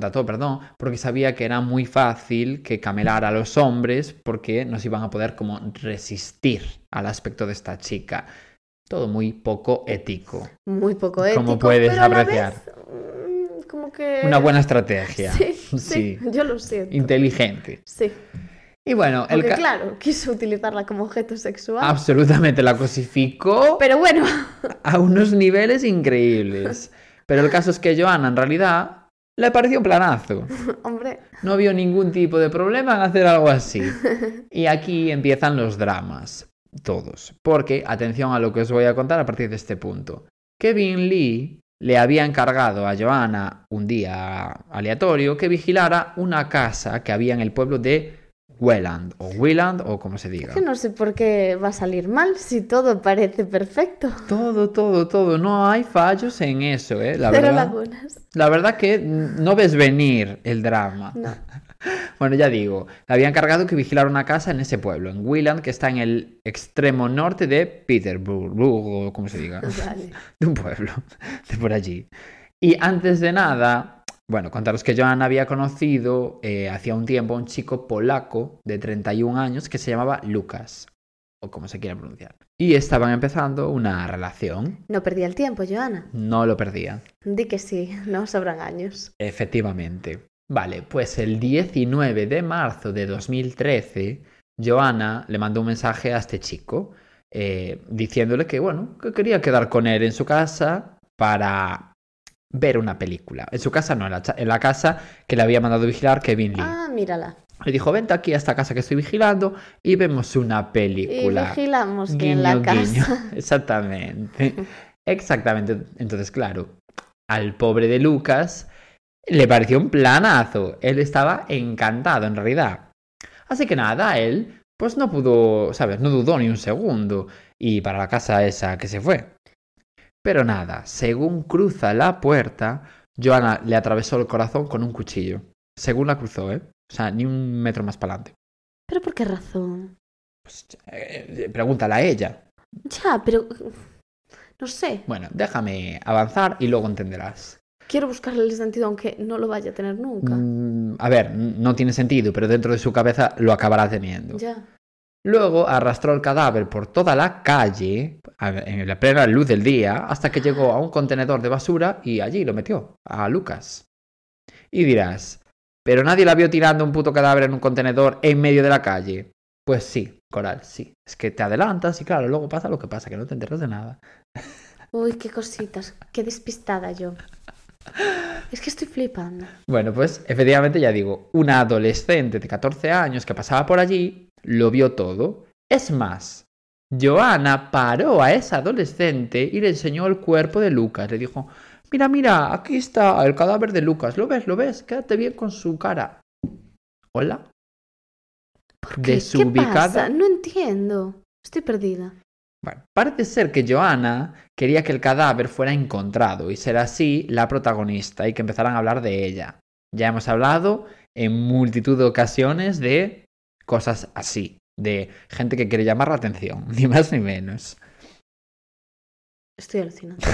porque sabía que era muy fácil que camelara a los hombres porque no se iban a poder como resistir al aspecto de esta chica. Todo muy poco ético. Muy poco ético, como puedes pero a la apreciar. vez, como que... Una buena estrategia. Sí, yo lo siento. Inteligente. Sí. Y bueno, Porque claro, quiso utilizarla como objeto sexual. Absolutamente, la cosificó Pero bueno. a unos niveles increíbles. Pero el caso es que Joanna en realidad le pareció un planazo. Hombre. No vio ningún tipo de problema en hacer algo así. Y aquí empiezan los dramas. Todos. Porque, atención a lo que os voy a contar a partir de este punto. Kevin Lee le había encargado a Joanna un día aleatorio que vigilara una casa que había en el pueblo de Welland o como se diga. Que no sé por qué va a salir mal si todo parece perfecto. Todo. No hay fallos en eso, ¿eh? Cero lagunas. La verdad que no ves venir el drama. No. Bueno, ya digo, le había encargado que vigilara una casa en ese pueblo, en Welland, que está en el extremo norte de Peterborough, o como se diga. Vale. De un pueblo, de por allí. Y antes de nada, bueno, contaros que Joanna había conocido hacía un tiempo a un chico polaco de 31 años que se llamaba Lucas, o como se quiera pronunciar. Y estaban empezando una relación. No perdía el tiempo, Joanna. No lo perdía. Di que sí, no sobran años. Efectivamente. Vale, pues el 19 de marzo de 2013, Joanna le mandó un mensaje a este chico diciéndole que, bueno, que quería quedar con él en su casa para ver una película. En su casa no, en la casa que le había mandado vigilar Kevin Lee. Ah, mírala. Le dijo, vente aquí a esta casa que estoy vigilando y vemos una película. Y vigilamos que guiño, en la guiño. casa. Exactamente. Entonces, claro, al pobre de Lucas le pareció un planazo. Él estaba encantado, en realidad. Así que nada, él pues no pudo, ¿sabes? No dudó ni un segundo. Y para la casa esa que se fue. Pero nada, según cruza la puerta, Joanna le atravesó el corazón con un cuchillo. Según la cruzó, ¿eh? O sea, ni un metro más para adelante. ¿Pero por qué razón? Pues, pregúntala a ella. Ya, pero... no sé. Bueno, déjame avanzar y luego entenderás. Quiero buscarle el sentido aunque no lo vaya a tener nunca. A ver, no tiene sentido, pero dentro de su cabeza lo acabará teniendo. Ya. Luego arrastró el cadáver por toda la calle, en la plena luz del día, hasta que llegó a un contenedor de basura y allí lo metió, a Lucas. Y dirás, ¿pero nadie la vio tirando un puto cadáver en un contenedor en medio de la calle? Pues sí, Coral, sí. Es que te adelantas y claro, luego pasa lo que pasa, que no te enteras de nada. Uy, qué cositas, qué despistada yo. Es que estoy flipando. Bueno, pues efectivamente ya digo, una adolescente de 14 años que pasaba por allí lo vio todo. Es más, Joanna paró a esa adolescente y le enseñó el cuerpo de Lucas. Le dijo, mira, aquí está el cadáver de Lucas. ¿Lo ves? Quédate bien con su cara. ¿Hola? ¿Por qué? ¿Qué pasa? No entiendo. Estoy perdida. Bueno, parece ser que Joanna quería que el cadáver fuera encontrado y ser así la protagonista y que empezaran a hablar de ella. Ya hemos hablado en multitud de ocasiones de cosas así, de gente que quiere llamar la atención, ni más ni menos. Estoy alucinando.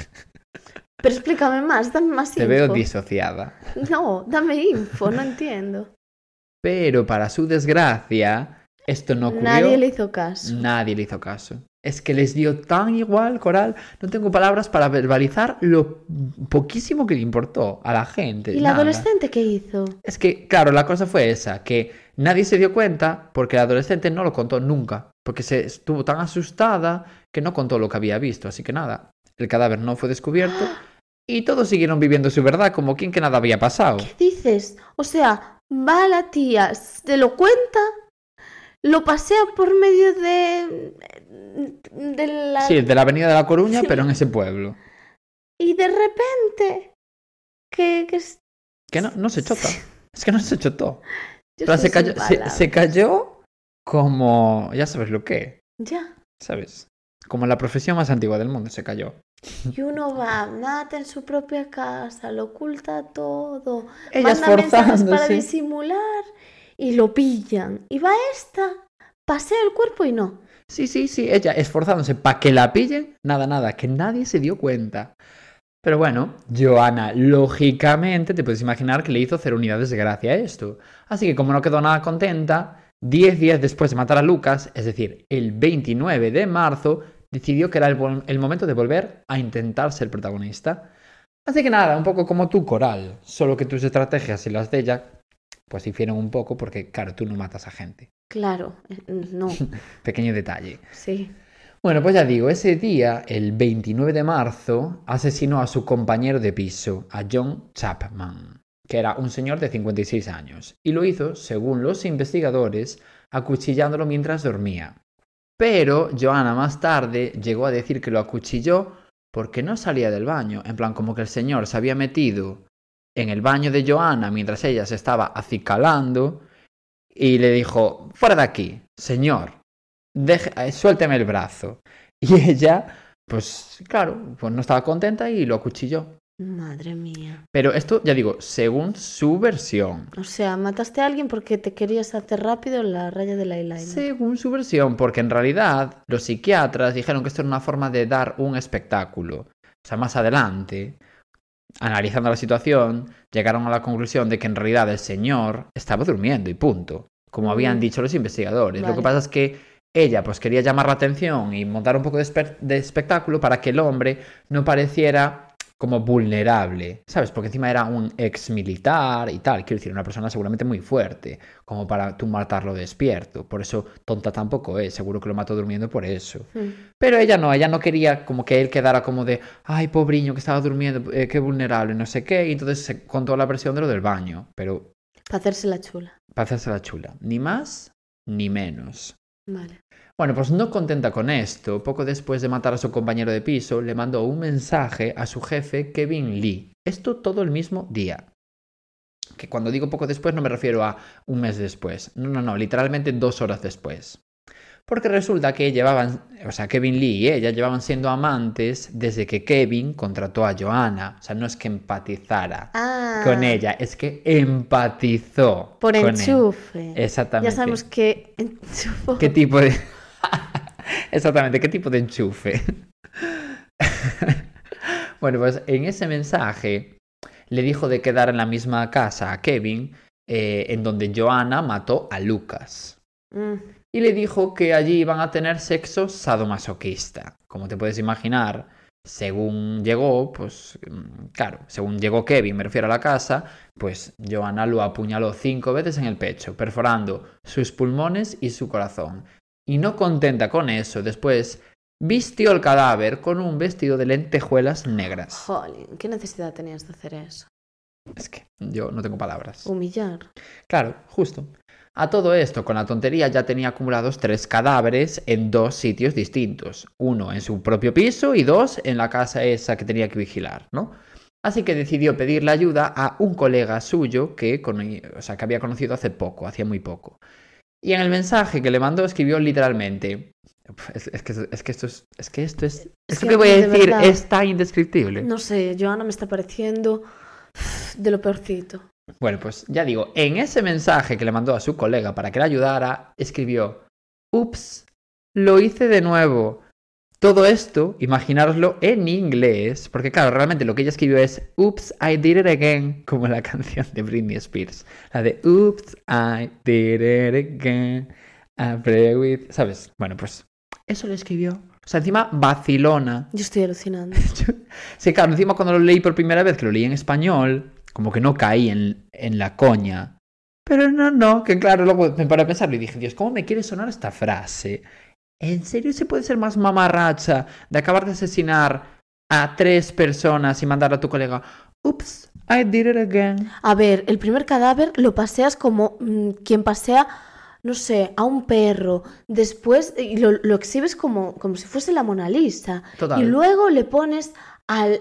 Pero explícame más, dame más info. Te veo disociada. No, dame info, no entiendo. Pero para su desgracia, esto no ocurrió. Nadie le hizo caso. Nadie le hizo caso. Es que les dio tan igual, Coral. No tengo palabras para verbalizar lo poquísimo que le importó a la gente. ¿Y la nada. adolescente qué hizo? Es que, claro, la cosa fue esa, que nadie se dio cuenta porque la adolescente no lo contó nunca. Porque se estuvo tan asustada que no contó lo que había visto. Así que nada, el cadáver no fue descubierto y todos siguieron viviendo su verdad como quien que nada había pasado. ¿Qué dices? O sea, va la tía, se lo cuenta, lo pasea por medio de la... Sí, de la avenida de La Coruña, Sí. pero en ese pueblo. Y de repente... Que Que no se chota. Es que no se chotó. yo Pero estoy se cayó, sin palabras. se cayó como... Ya sabes lo que, Ya. ¿sabes? Como la profesión más antigua del mundo se cayó. Y uno va, mata en su propia casa, lo oculta todo, Ella manda mensajes para esforzándose. disimular y lo pillan. Y va esta, pasea el cuerpo y no. Sí, ella esforzándose para que la pillen. Nada, que nadie se dio cuenta. Pero bueno, Joanna, lógicamente, te puedes imaginar que le hizo cero unidades de gracia a esto. Así que como no quedó nada contenta, 10 días después de matar a Lucas, es decir, el 29 de marzo, decidió que era el momento de volver a intentar ser protagonista. Así que nada, un poco como tú, Coral, solo que tus estrategias y las de ella, pues difieren un poco porque, claro, tú no matas a gente. Claro, no, Pequeño detalle. sí. Bueno, pues ya digo, ese día, el 29 de marzo, asesinó a su compañero de piso, a John Chapman, que era un señor de 56 años, y lo hizo, según los investigadores, acuchillándolo mientras dormía. Pero Joanna más tarde llegó a decir que lo acuchilló porque no salía del baño, en plan como que el señor se había metido en el baño de Joanna mientras ella se estaba acicalando y le dijo, fuera de aquí, señor, suélteme el brazo. Y ella, pues claro, pues no estaba contenta y lo acuchilló. Madre mía. Pero esto, ya digo, según su versión. O sea, mataste a alguien porque te querías hacer rápido la raya del eyeliner. Según su versión, porque en realidad los psiquiatras dijeron que esto era una forma de dar un espectáculo. O sea, más adelante, analizando la situación, llegaron a la conclusión de que en realidad el señor estaba durmiendo y punto, como habían dicho los investigadores. Vale. Lo que pasa es que ella pues quería llamar la atención y montar un poco de espectáculo para que el hombre no pareciera como vulnerable, ¿sabes? Porque encima era un ex militar y tal, quiero decir, una persona seguramente muy fuerte, como para tú matarlo despierto. Por eso tonta tampoco es, seguro que lo mató durmiendo por eso. Pero ella no quería como que él quedara como de, ay, pobriño, que estaba durmiendo, qué vulnerable, no sé qué, y entonces se contó la versión de lo del baño, pero Para hacerse la chula. para hacerse la chula, ni más ni menos. Vale. Bueno, pues no contenta con esto, poco después de matar a su compañero de piso, le mandó un mensaje a su jefe Kevin Lee. Esto todo el mismo día. Que cuando digo poco después no me refiero a un mes después. No, literalmente 2 horas después. Porque resulta que Kevin Lee y ella llevaban siendo amantes desde que Kevin contrató a Joanna. O sea, no es que empatizara con ella, es que empatizó Por con enchufe. él. Exactamente. Ya sabemos que enchufo. ¿Qué tipo de... Exactamente, ¿qué tipo de enchufe? Bueno, pues en ese mensaje le dijo de quedar en la misma casa a Kevin, en donde Joanna mató a Lucas. Y le dijo que allí iban a tener sexo sadomasoquista. Como te puedes imaginar, según llegó, pues claro, según llegó Kevin, me refiero a la casa, pues Joanna lo apuñaló 5 veces en el pecho, perforando sus pulmones y su corazón. Y no contenta con eso, después vistió el cadáver con un vestido de lentejuelas negras. Jolín, ¿qué necesidad tenías de hacer eso? Es que yo no tengo palabras. Humillar. Claro, justo. A todo esto, con la tontería, ya tenía acumulados 3 cadáveres en 2 sitios distintos. 1 en su propio piso y 2 en la casa esa que tenía que vigilar, ¿no? Así que decidió pedirle ayuda a un colega suyo que había conocido hacía muy poco. Y en el mensaje que le mandó escribió literalmente: Es que esto es... Es Esto que que voy a de decir verdad, es tan indescriptible. No sé, Joana me está pareciendo de lo peorcito. Bueno, pues ya digo, en ese mensaje que le mandó a su colega para que le ayudara, escribió: ups, lo hice de nuevo. Todo esto, imaginároslo en inglés, porque claro, realmente lo que ella escribió es Oops, I did it again, como la canción de Britney Spears. La de Oops, I did it again, I pray with... ¿Sabes? Bueno, pues eso le escribió. O sea, encima vacilona. Yo estoy alucinando. Sí, claro, encima cuando lo leí por primera vez, que lo leí en español, como que no caí en la coña. Pero no, que claro, luego me paré a pensarlo y dije, Dios, ¿cómo me quiere sonar esta frase? ¿En serio se puede ser más mamarracha de acabar de asesinar a 3 personas y mandar a tu colega, Oops, I did it again? A ver, el primer cadáver lo paseas como quien pasea, no sé, a un perro. Después lo exhibes como si fuese la Mona Lisa. Total. Y luego le pones al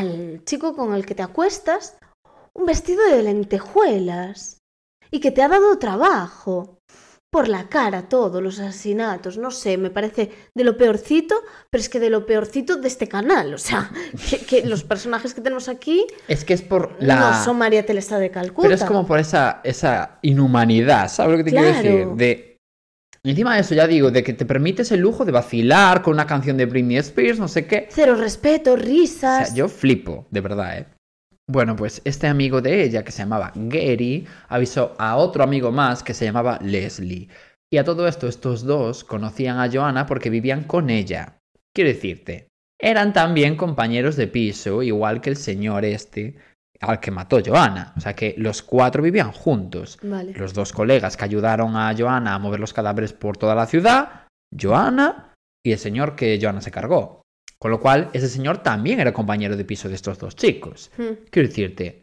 chico con el que te acuestas un vestido de lentejuelas. Y que te ha dado trabajo. Por la cara todo, los asesinatos, no sé, me parece de lo peorcito, pero es que de lo peorcito de este canal. O sea, que los personajes que tenemos aquí Es que es por la... no son María Teresa de Calcuta. Pero es como por esa inhumanidad, ¿sabes lo que te quiero decir? De... Y encima de eso, ya digo, de que te permites el lujo de vacilar con una canción de Britney Spears, no sé qué. Cero respeto, O risas. sea, yo flipo, de verdad, ¿eh? Bueno, pues este amigo de ella, que se llamaba Gary, avisó a otro amigo más que se llamaba Leslie. Y a todo esto, estos dos conocían a Joanna porque vivían con ella. Quiero decirte, eran también compañeros de piso, igual que el señor este al que mató Joanna. O sea que los 4 vivían juntos. Vale. Los 2 colegas que ayudaron a Joanna a mover los cadáveres por toda la ciudad, Joanna y el señor que Joanna se cargó. Con lo cual, ese señor también era compañero de piso de estos 2 chicos. Quiero decirte,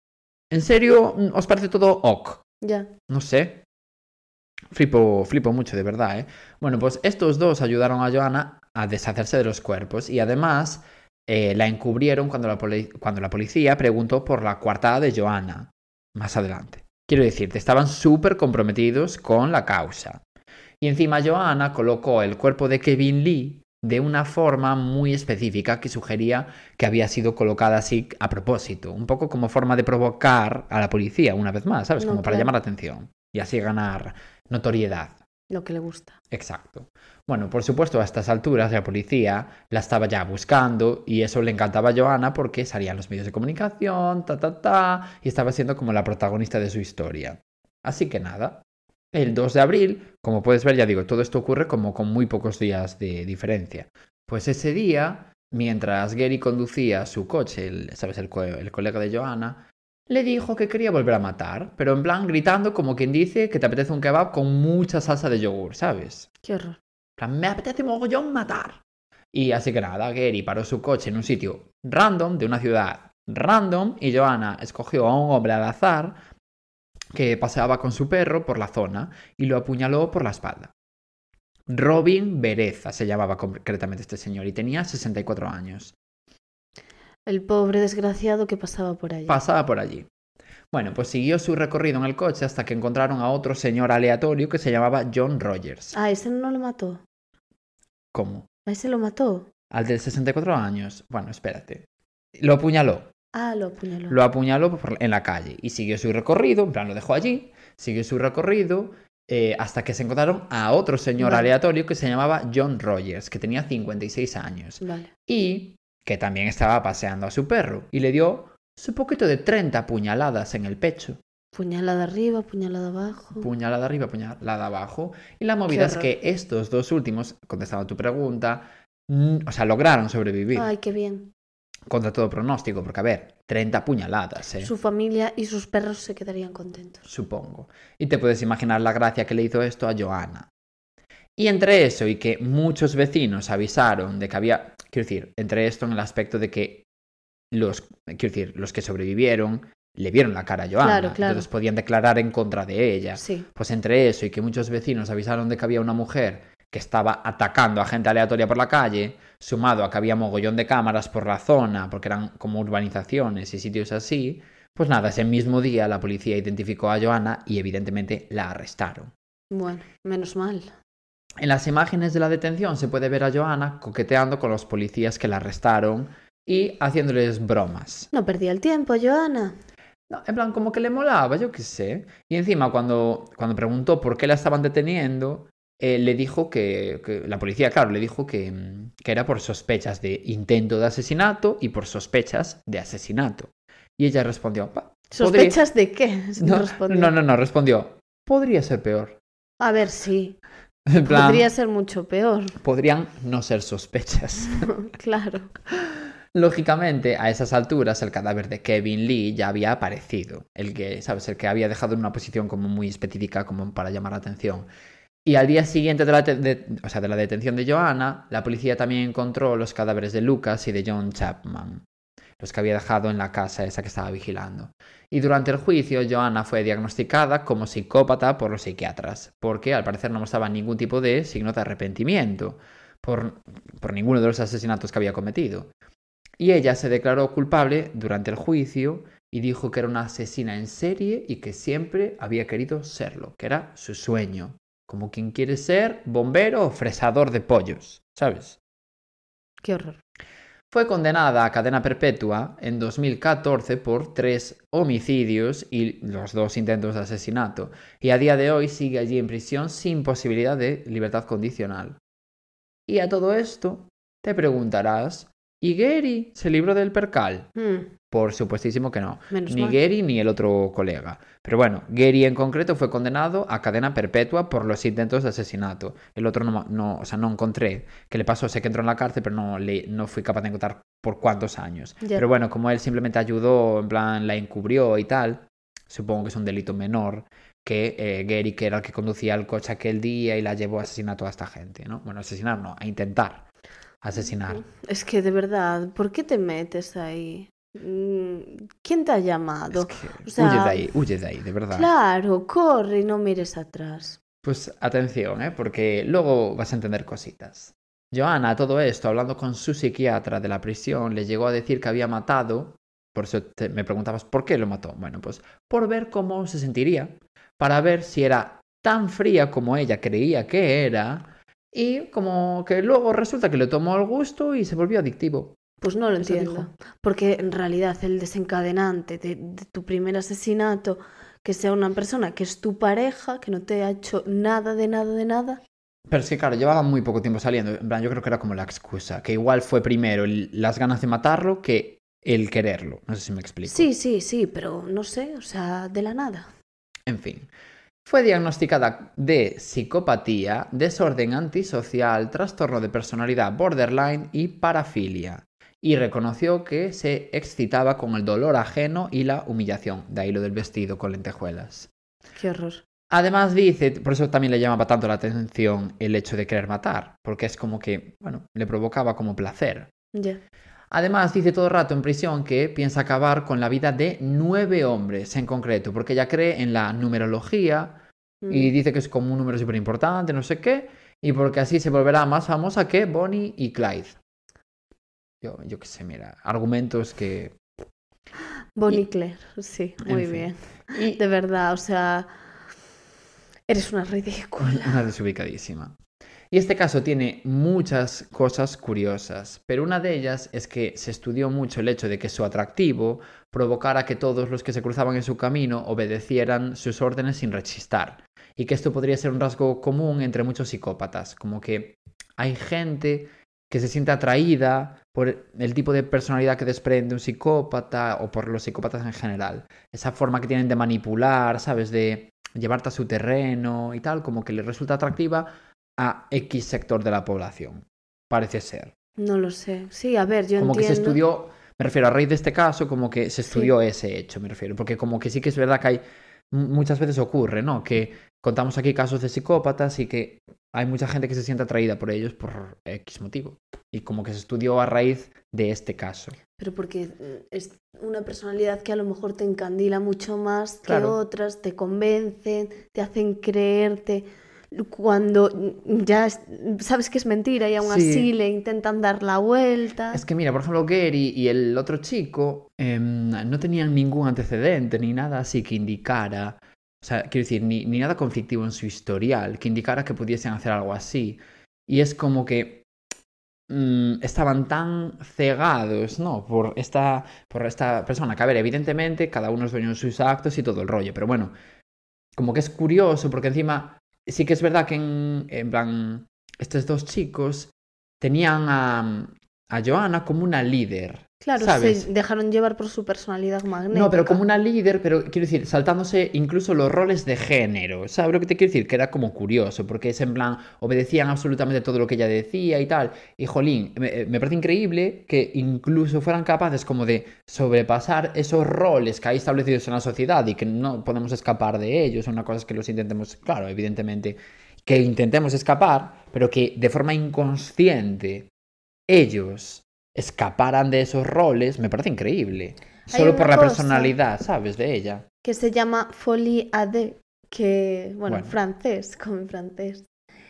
¿en serio os parece todo ok? Ya. No sé. Flipo mucho, de verdad, ¿eh? Bueno, pues estos 2 ayudaron a Joanna a deshacerse de los cuerpos y además la encubrieron cuando la policía preguntó por la coartada de Joanna. Más adelante. Quiero decirte, estaban súper comprometidos con la causa. Y encima Joanna colocó el cuerpo de Kevin Lee de una forma muy específica que sugería que había sido colocada así a propósito, un poco como forma de provocar a la policía una vez más, ¿sabes? No, Como para claro. llamar la atención y así ganar notoriedad. Lo que le gusta. Exacto. Bueno, por supuesto, a estas alturas la policía la estaba ya buscando y eso le encantaba a Joanna porque salían los medios de comunicación, y estaba siendo como la protagonista de su historia. Así que nada. El 2 de abril, como puedes ver, ya digo, todo esto ocurre como con muy pocos días de diferencia. Pues ese día, mientras Gary conducía su coche, el colega de Joanna, le dijo que quería volver a matar, pero en plan gritando como quien dice que te apetece un kebab con mucha salsa de yogur, ¿sabes? Qué horror. En plan, me apetece mogollón matar. Y así que nada, Gary paró su coche en un sitio random, de una ciudad random, y Joanna escogió a un hombre al azar que paseaba con su perro por la zona y lo apuñaló por la espalda. Robin Bereza se llamaba concretamente este señor y tenía 64 años. El pobre desgraciado que pasaba por allí. Pasaba por allí. Bueno, pues siguió su recorrido en el coche hasta que encontraron a otro señor aleatorio que se llamaba John Rogers. ¿A ese no lo mató? ¿Cómo? ¿A ese lo mató? Al de 64 años. Bueno, espérate. Lo apuñaló. Ah, lo apuñaló. Lo apuñaló en la calle y siguió su recorrido, en plan lo dejó allí, siguió su recorrido hasta que se encontraron a otro señor aleatorio que se llamaba John Rogers, que tenía 56 años Vale. y que también estaba paseando a su perro y le dio su poquito de 30 puñaladas en el pecho. Puñalada arriba, puñalada abajo. Puñalada arriba, puñalada abajo. Y la movida es que estos 2 últimos, contestando a tu pregunta, o sea, lograron sobrevivir. Ay, qué bien. Contra todo pronóstico, porque a ver, 30 puñaladas, ¿eh? Su familia y sus perros se quedarían contentos. Supongo. Y te puedes imaginar la gracia que le hizo esto a Joanna. Y entre eso y que muchos vecinos avisaron de que había... Quiero decir, entre esto en el aspecto de que los que sobrevivieron le vieron la cara a Joanna. Claro, claro. Entonces podían declarar en contra de ella. Sí. Pues entre eso y que muchos vecinos avisaron de que había una mujer que estaba atacando a gente aleatoria por la calle, sumado a que había mogollón de cámaras por la zona, porque eran como urbanizaciones y sitios así, pues nada, ese mismo día la policía identificó a Joanna y evidentemente la arrestaron. Bueno, menos mal. En las imágenes de la detención se puede ver a Joanna coqueteando con los policías que la arrestaron y haciéndoles bromas. No perdía el tiempo, Joanna. No, en plan, como que le molaba, yo qué sé. Y encima, cuando preguntó por qué la estaban deteniendo, le dijo que la policía, claro, le dijo que era por sospechas de intento de asesinato y por sospechas de asesinato. Y ella respondió... ¿Sospechas de qué? No, respondió, podría ser peor. A ver, sí. En plan, podría ser mucho peor. Podrían no ser sospechas. Claro. Lógicamente, a esas alturas, el cadáver de Kevin Lee ya había aparecido. El que, ¿sabes? El que había dejado en una posición como muy específica, como para llamar la atención. Y al día siguiente de la detención de Joanna, la policía también encontró los cadáveres de Lucas y de John Chapman, los que había dejado en la casa esa que estaba vigilando. Y durante el juicio, Joanna fue diagnosticada como psicópata por los psiquiatras, porque al parecer no mostraba ningún tipo de signo de arrepentimiento por ninguno de los asesinatos que había cometido. Y ella se declaró culpable durante el juicio y dijo que era una asesina en serie y que siempre había querido serlo, que era su sueño, como quien quiere ser bombero o fresador de pollos, ¿sabes? Qué horror. Fue condenada a cadena perpetua en 2014 por 3 homicidios y los 2 intentos de asesinato, y a día de hoy sigue allí en prisión sin posibilidad de libertad condicional. Y a todo esto te preguntarás, ¿y Gary se libró del percal? Por supuestísimo que no. Ni Gary ni el otro colega. Pero bueno, Gary en concreto fue condenado a cadena perpetua por los intentos de asesinato. El otro no encontré qué le pasó. Sé que entró en la cárcel, pero no fui capaz de encontrar por cuántos años. Yeah. Pero bueno, como él simplemente ayudó, en plan la encubrió y tal, supongo que es un delito menor que Gary, que era el que conducía el coche aquel día y la llevó a asesinar a toda esta gente, ¿no? Bueno, asesinar no, a intentar asesinar. Es que de verdad, ¿por qué te metes ahí? ¿Quién te ha llamado? Es que huye de ahí, de verdad. Claro, corre y no mires atrás. Pues atención, porque luego vas a entender cositas. Joanna, a todo esto, hablando con su psiquiatra de la prisión, le llegó a decir que había matado, por eso me preguntabas por qué lo mató. Bueno, pues por ver cómo se sentiría, para ver si era tan fría como ella creía que era, y como que luego resulta que le tomó el gusto y se volvió adictivo. Pues no lo entiendo, porque en realidad el desencadenante de tu primer asesinato, que sea una persona que es tu pareja, que no te ha hecho nada de nada. Pero es que claro, llevaba muy poco tiempo saliendo, en plan yo creo que era como la excusa, que igual fue primero las ganas de matarlo que el quererlo, no sé si me explico. Sí, pero no sé, o sea, de la nada. En fin. Fue diagnosticada de psicopatía, desorden antisocial, trastorno de personalidad borderline y parafilia. Y reconoció que se excitaba con el dolor ajeno y la humillación. De ahí lo del vestido con lentejuelas. Qué horror. Además dice, por eso también le llamaba tanto la atención el hecho de querer matar. Porque es como que, bueno, le provocaba como placer. Ya. Además dice todo el rato en prisión que piensa acabar con la vida de 9 hombres en concreto. Porque ella cree en la numerología y dice que es como un número súper importante, no sé qué. Y porque así se volverá más famosa que Bonnie y Clyde. Yo qué sé, mira, argumentos que... Bonnie Claire, sí, muy bien. Y de verdad, o sea, eres una ridícula. Una desubicadísima. Y este caso tiene muchas cosas curiosas, pero una de ellas es que se estudió mucho el hecho de que su atractivo provocara que todos los que se cruzaban en su camino obedecieran sus órdenes sin rechistar. Y que esto podría ser un rasgo común entre muchos psicópatas, como que hay gente que se siente atraída por el tipo de personalidad que desprende un psicópata o por los psicópatas en general. Esa forma que tienen de manipular, ¿sabes? De llevarte a su terreno y tal, como que les resulta atractiva a X sector de la población. Parece ser. No lo sé. Sí, a ver, yo como entiendo. Que se estudió, me refiero a raíz de este caso, como que se estudió ese hecho, me refiero. Porque como que sí que es verdad que hay, muchas veces ocurre, ¿no? Que contamos aquí casos de psicópatas y que hay mucha gente que se siente atraída por ellos por X motivo. Y como que se estudió a raíz de este caso. Pero porque es una personalidad que a lo mejor te encandila mucho más que otras, te convencen, te hacen creerte cuando ya sabes que es mentira y aún así le intentan dar la vuelta. Es que mira, por ejemplo, Gary y el otro chico no tenían ningún antecedente ni nada así que indicara o sea, quiero decir, ni nada conflictivo en su historial que indicara que pudiesen hacer algo así. Y es como que estaban tan cegados, ¿no? Por esta persona, que a ver, evidentemente cada uno es dueño de sus actos y todo el rollo, pero bueno, como que es curioso porque encima sí que es verdad que en plan estos dos chicos tenían a Joanna como una líder. Claro, ¿sabes? se dejaron llevar por su personalidad magnética. No, pero como una líder, pero quiero decir, saltándose incluso los roles de género. ¿Sabes lo que te quiero decir? Que era como curioso, porque es en plan, obedecían absolutamente todo lo que ella decía y tal. Y jolín, me parece increíble que incluso fueran capaces como de sobrepasar esos roles que hay establecidos en la sociedad y que no podemos escapar de ellos. Una cosa es que los intentemos, claro, evidentemente, que intentemos escapar, pero que de forma inconsciente ellos escaparan de esos roles, me parece increíble. Solo por la personalidad, ¿sabes? De ella. Que se llama Folie à deux, que, bueno, francés, como en francés.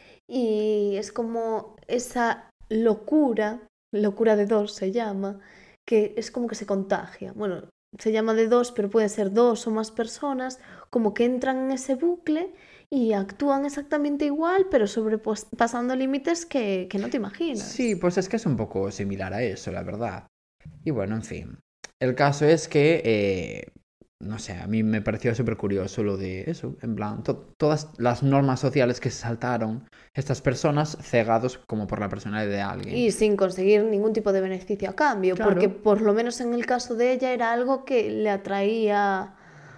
Y es como esa locura de dos se llama, que es como que se contagia. Bueno, se llama de dos, pero puede ser dos o más personas, como que entran en ese bucle y actúan exactamente igual, pero sobrepasando límites que no te imaginas. Sí, pues es que es un poco similar a eso, la verdad. Y bueno, en fin. El caso es que, no sé, a mí me pareció súper curioso lo de eso, en plan, todas las normas sociales que se saltaron estas personas cegados como por la personalidad de alguien. Y sin conseguir ningún tipo de beneficio a cambio, claro. Porque por lo menos en el caso de ella era algo que le atraía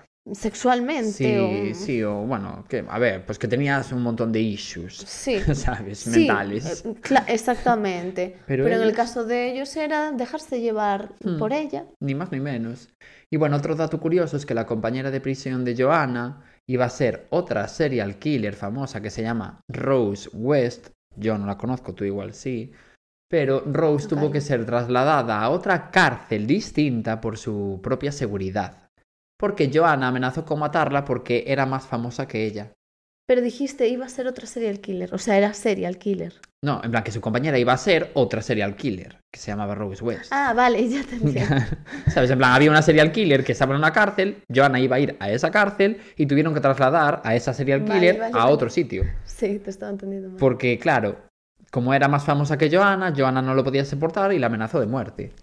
sexualmente. Sí, o bueno, que, a ver, pues que tenías un montón de issues, sí. ¿sabes? Mentales. Exactamente. Pero en el caso de ellos era dejarse llevar por ella. Ni más ni menos. Y bueno, otro dato curioso es que la compañera de prisión de Joanna iba a ser otra serial killer famosa que se llama Rose West. Yo no la conozco, tú igual sí. Pero Rose tuvo que ser trasladada a otra cárcel distinta por su propia seguridad. Porque Joanna amenazó con matarla porque era más famosa que ella. Pero dijiste, iba a ser otra serial killer. O sea, era serial killer. No, en plan que su compañera iba a ser otra serial killer, que se llamaba Rose West. Ah, vale, ya te entiendo. ¿Sabes? En plan, había una serial killer que estaba en una cárcel, Joanna iba a ir a esa cárcel y tuvieron que trasladar a esa serial killer a otro sitio. Sí, te estaba entendiendo mal. Porque, claro, como era más famosa que Joanna no lo podía soportar y la amenazó de muerte.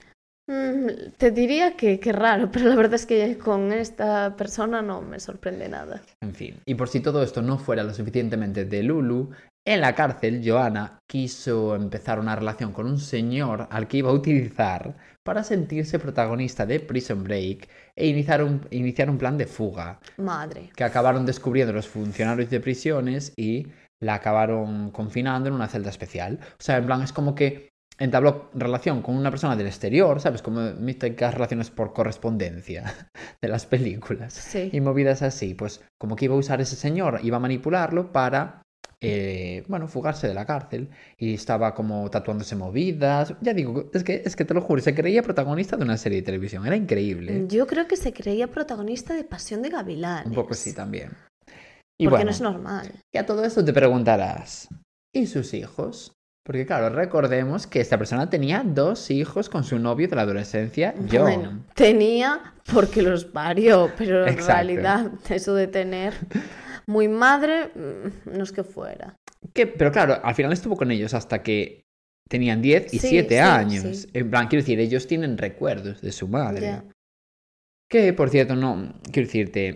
Te diría que raro, pero la verdad es que con esta persona no me sorprende nada. En fin, y por si todo esto no fuera lo suficientemente de Lulu, en la cárcel Joanna quiso empezar una relación con un señor al que iba a utilizar para sentirse protagonista de Prison Break e iniciar un plan de fuga. Madre. Que acabaron descubriendo los funcionarios de prisiones y la acabaron confinando en una celda especial. O sea, en plan, es como que entabló relación con una persona del exterior, ¿sabes? Como míticas relaciones por correspondencia de las películas. Sí. Y movidas así, pues como que iba a usar ese señor, iba a manipularlo para, fugarse de la cárcel. Y estaba como tatuándose movidas. Ya digo, es que te lo juro, se creía protagonista de una serie de televisión. Era increíble. Yo creo que se creía protagonista de Pasión de Gavilanes. Un poco sí también. Y porque no es normal. Y a todo esto te preguntarás, ¿y sus hijos? Porque claro, recordemos que esta persona tenía 2 hijos con su novio de la adolescencia, John. Bueno, tenía porque los parió, pero en realidad eso de tener muy madre no es que fuera. Pero claro, al final estuvo con ellos hasta que tenían 10 y 7 años. Sí. En plan, quiero decir, ellos tienen recuerdos de su madre. Yeah. Que, por cierto, no, quiero decirte,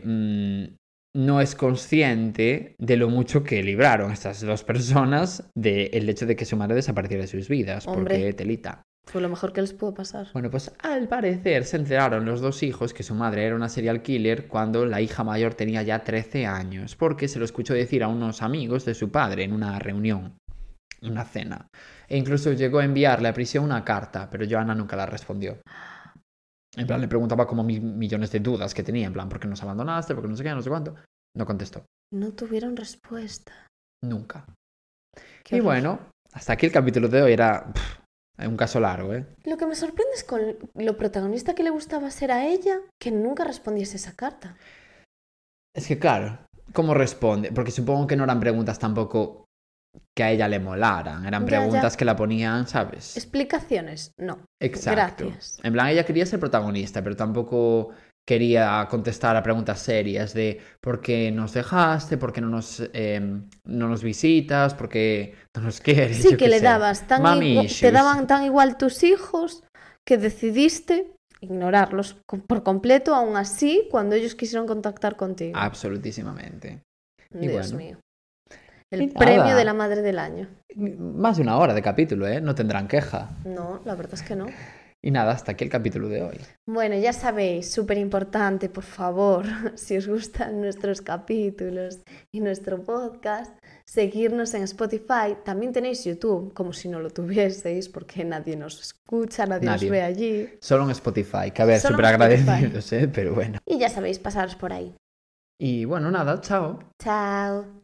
no es consciente de lo mucho que libraron estas 2 personas del hecho de que su madre desapareciera de sus vidas. Hombre, porque telita. Fue lo mejor que les pudo pasar. Bueno, pues al parecer se enteraron los 2 hijos que su madre era una serial killer cuando la hija mayor tenía ya 13 años, porque se lo escuchó decir a unos amigos de su padre en una reunión, una cena. E incluso llegó a enviarle a prisión una carta, pero Joanna nunca la respondió. En plan, le preguntaba como millones de dudas que tenía, en plan, ¿por qué nos abandonaste? ¿Por qué no sé qué? No sé cuánto. No contestó. No tuvieron respuesta. Nunca. Y bueno, hasta aquí el capítulo de hoy era un caso largo, ¿eh? Lo que me sorprende es con lo protagonista que le gustaba ser a ella, que nunca respondiese esa carta. Es que claro, ¿cómo responde? Porque supongo que no eran preguntas tampoco que a ella le molaran. Eran preguntas que la ponían, ¿sabes? Explicaciones, no. Exacto. Gracias. En plan, ella quería ser protagonista, pero tampoco quería contestar a preguntas serias de ¿por qué nos dejaste? ¿Por qué no nos visitas? ¿Por qué no nos quieres? Sí, Yo que qué le sé. dabas Mami te issues. daban tan igual tus hijos que decidiste ignorarlos por completo, aún así, cuando ellos quisieron contactar contigo. Absolutísimamente. Y Dios bueno. mío. Y El nada. premio de la madre del año. Más de 1 hora de capítulo, ¿eh? No tendrán queja. No, la verdad es que no. Y nada, hasta aquí el capítulo de hoy. Bueno, ya sabéis, súper importante, por favor, si os gustan nuestros capítulos y nuestro podcast, seguirnos en Spotify. También tenéis YouTube, como si no lo tuvieseis, porque nadie nos escucha, nadie nos ve allí. Solo en Spotify, que a ver, Solo súper en Spotify. agradecidos, ¿eh? Pero bueno. Y ya sabéis, pasaros por ahí. Y bueno, nada, chao. Chao.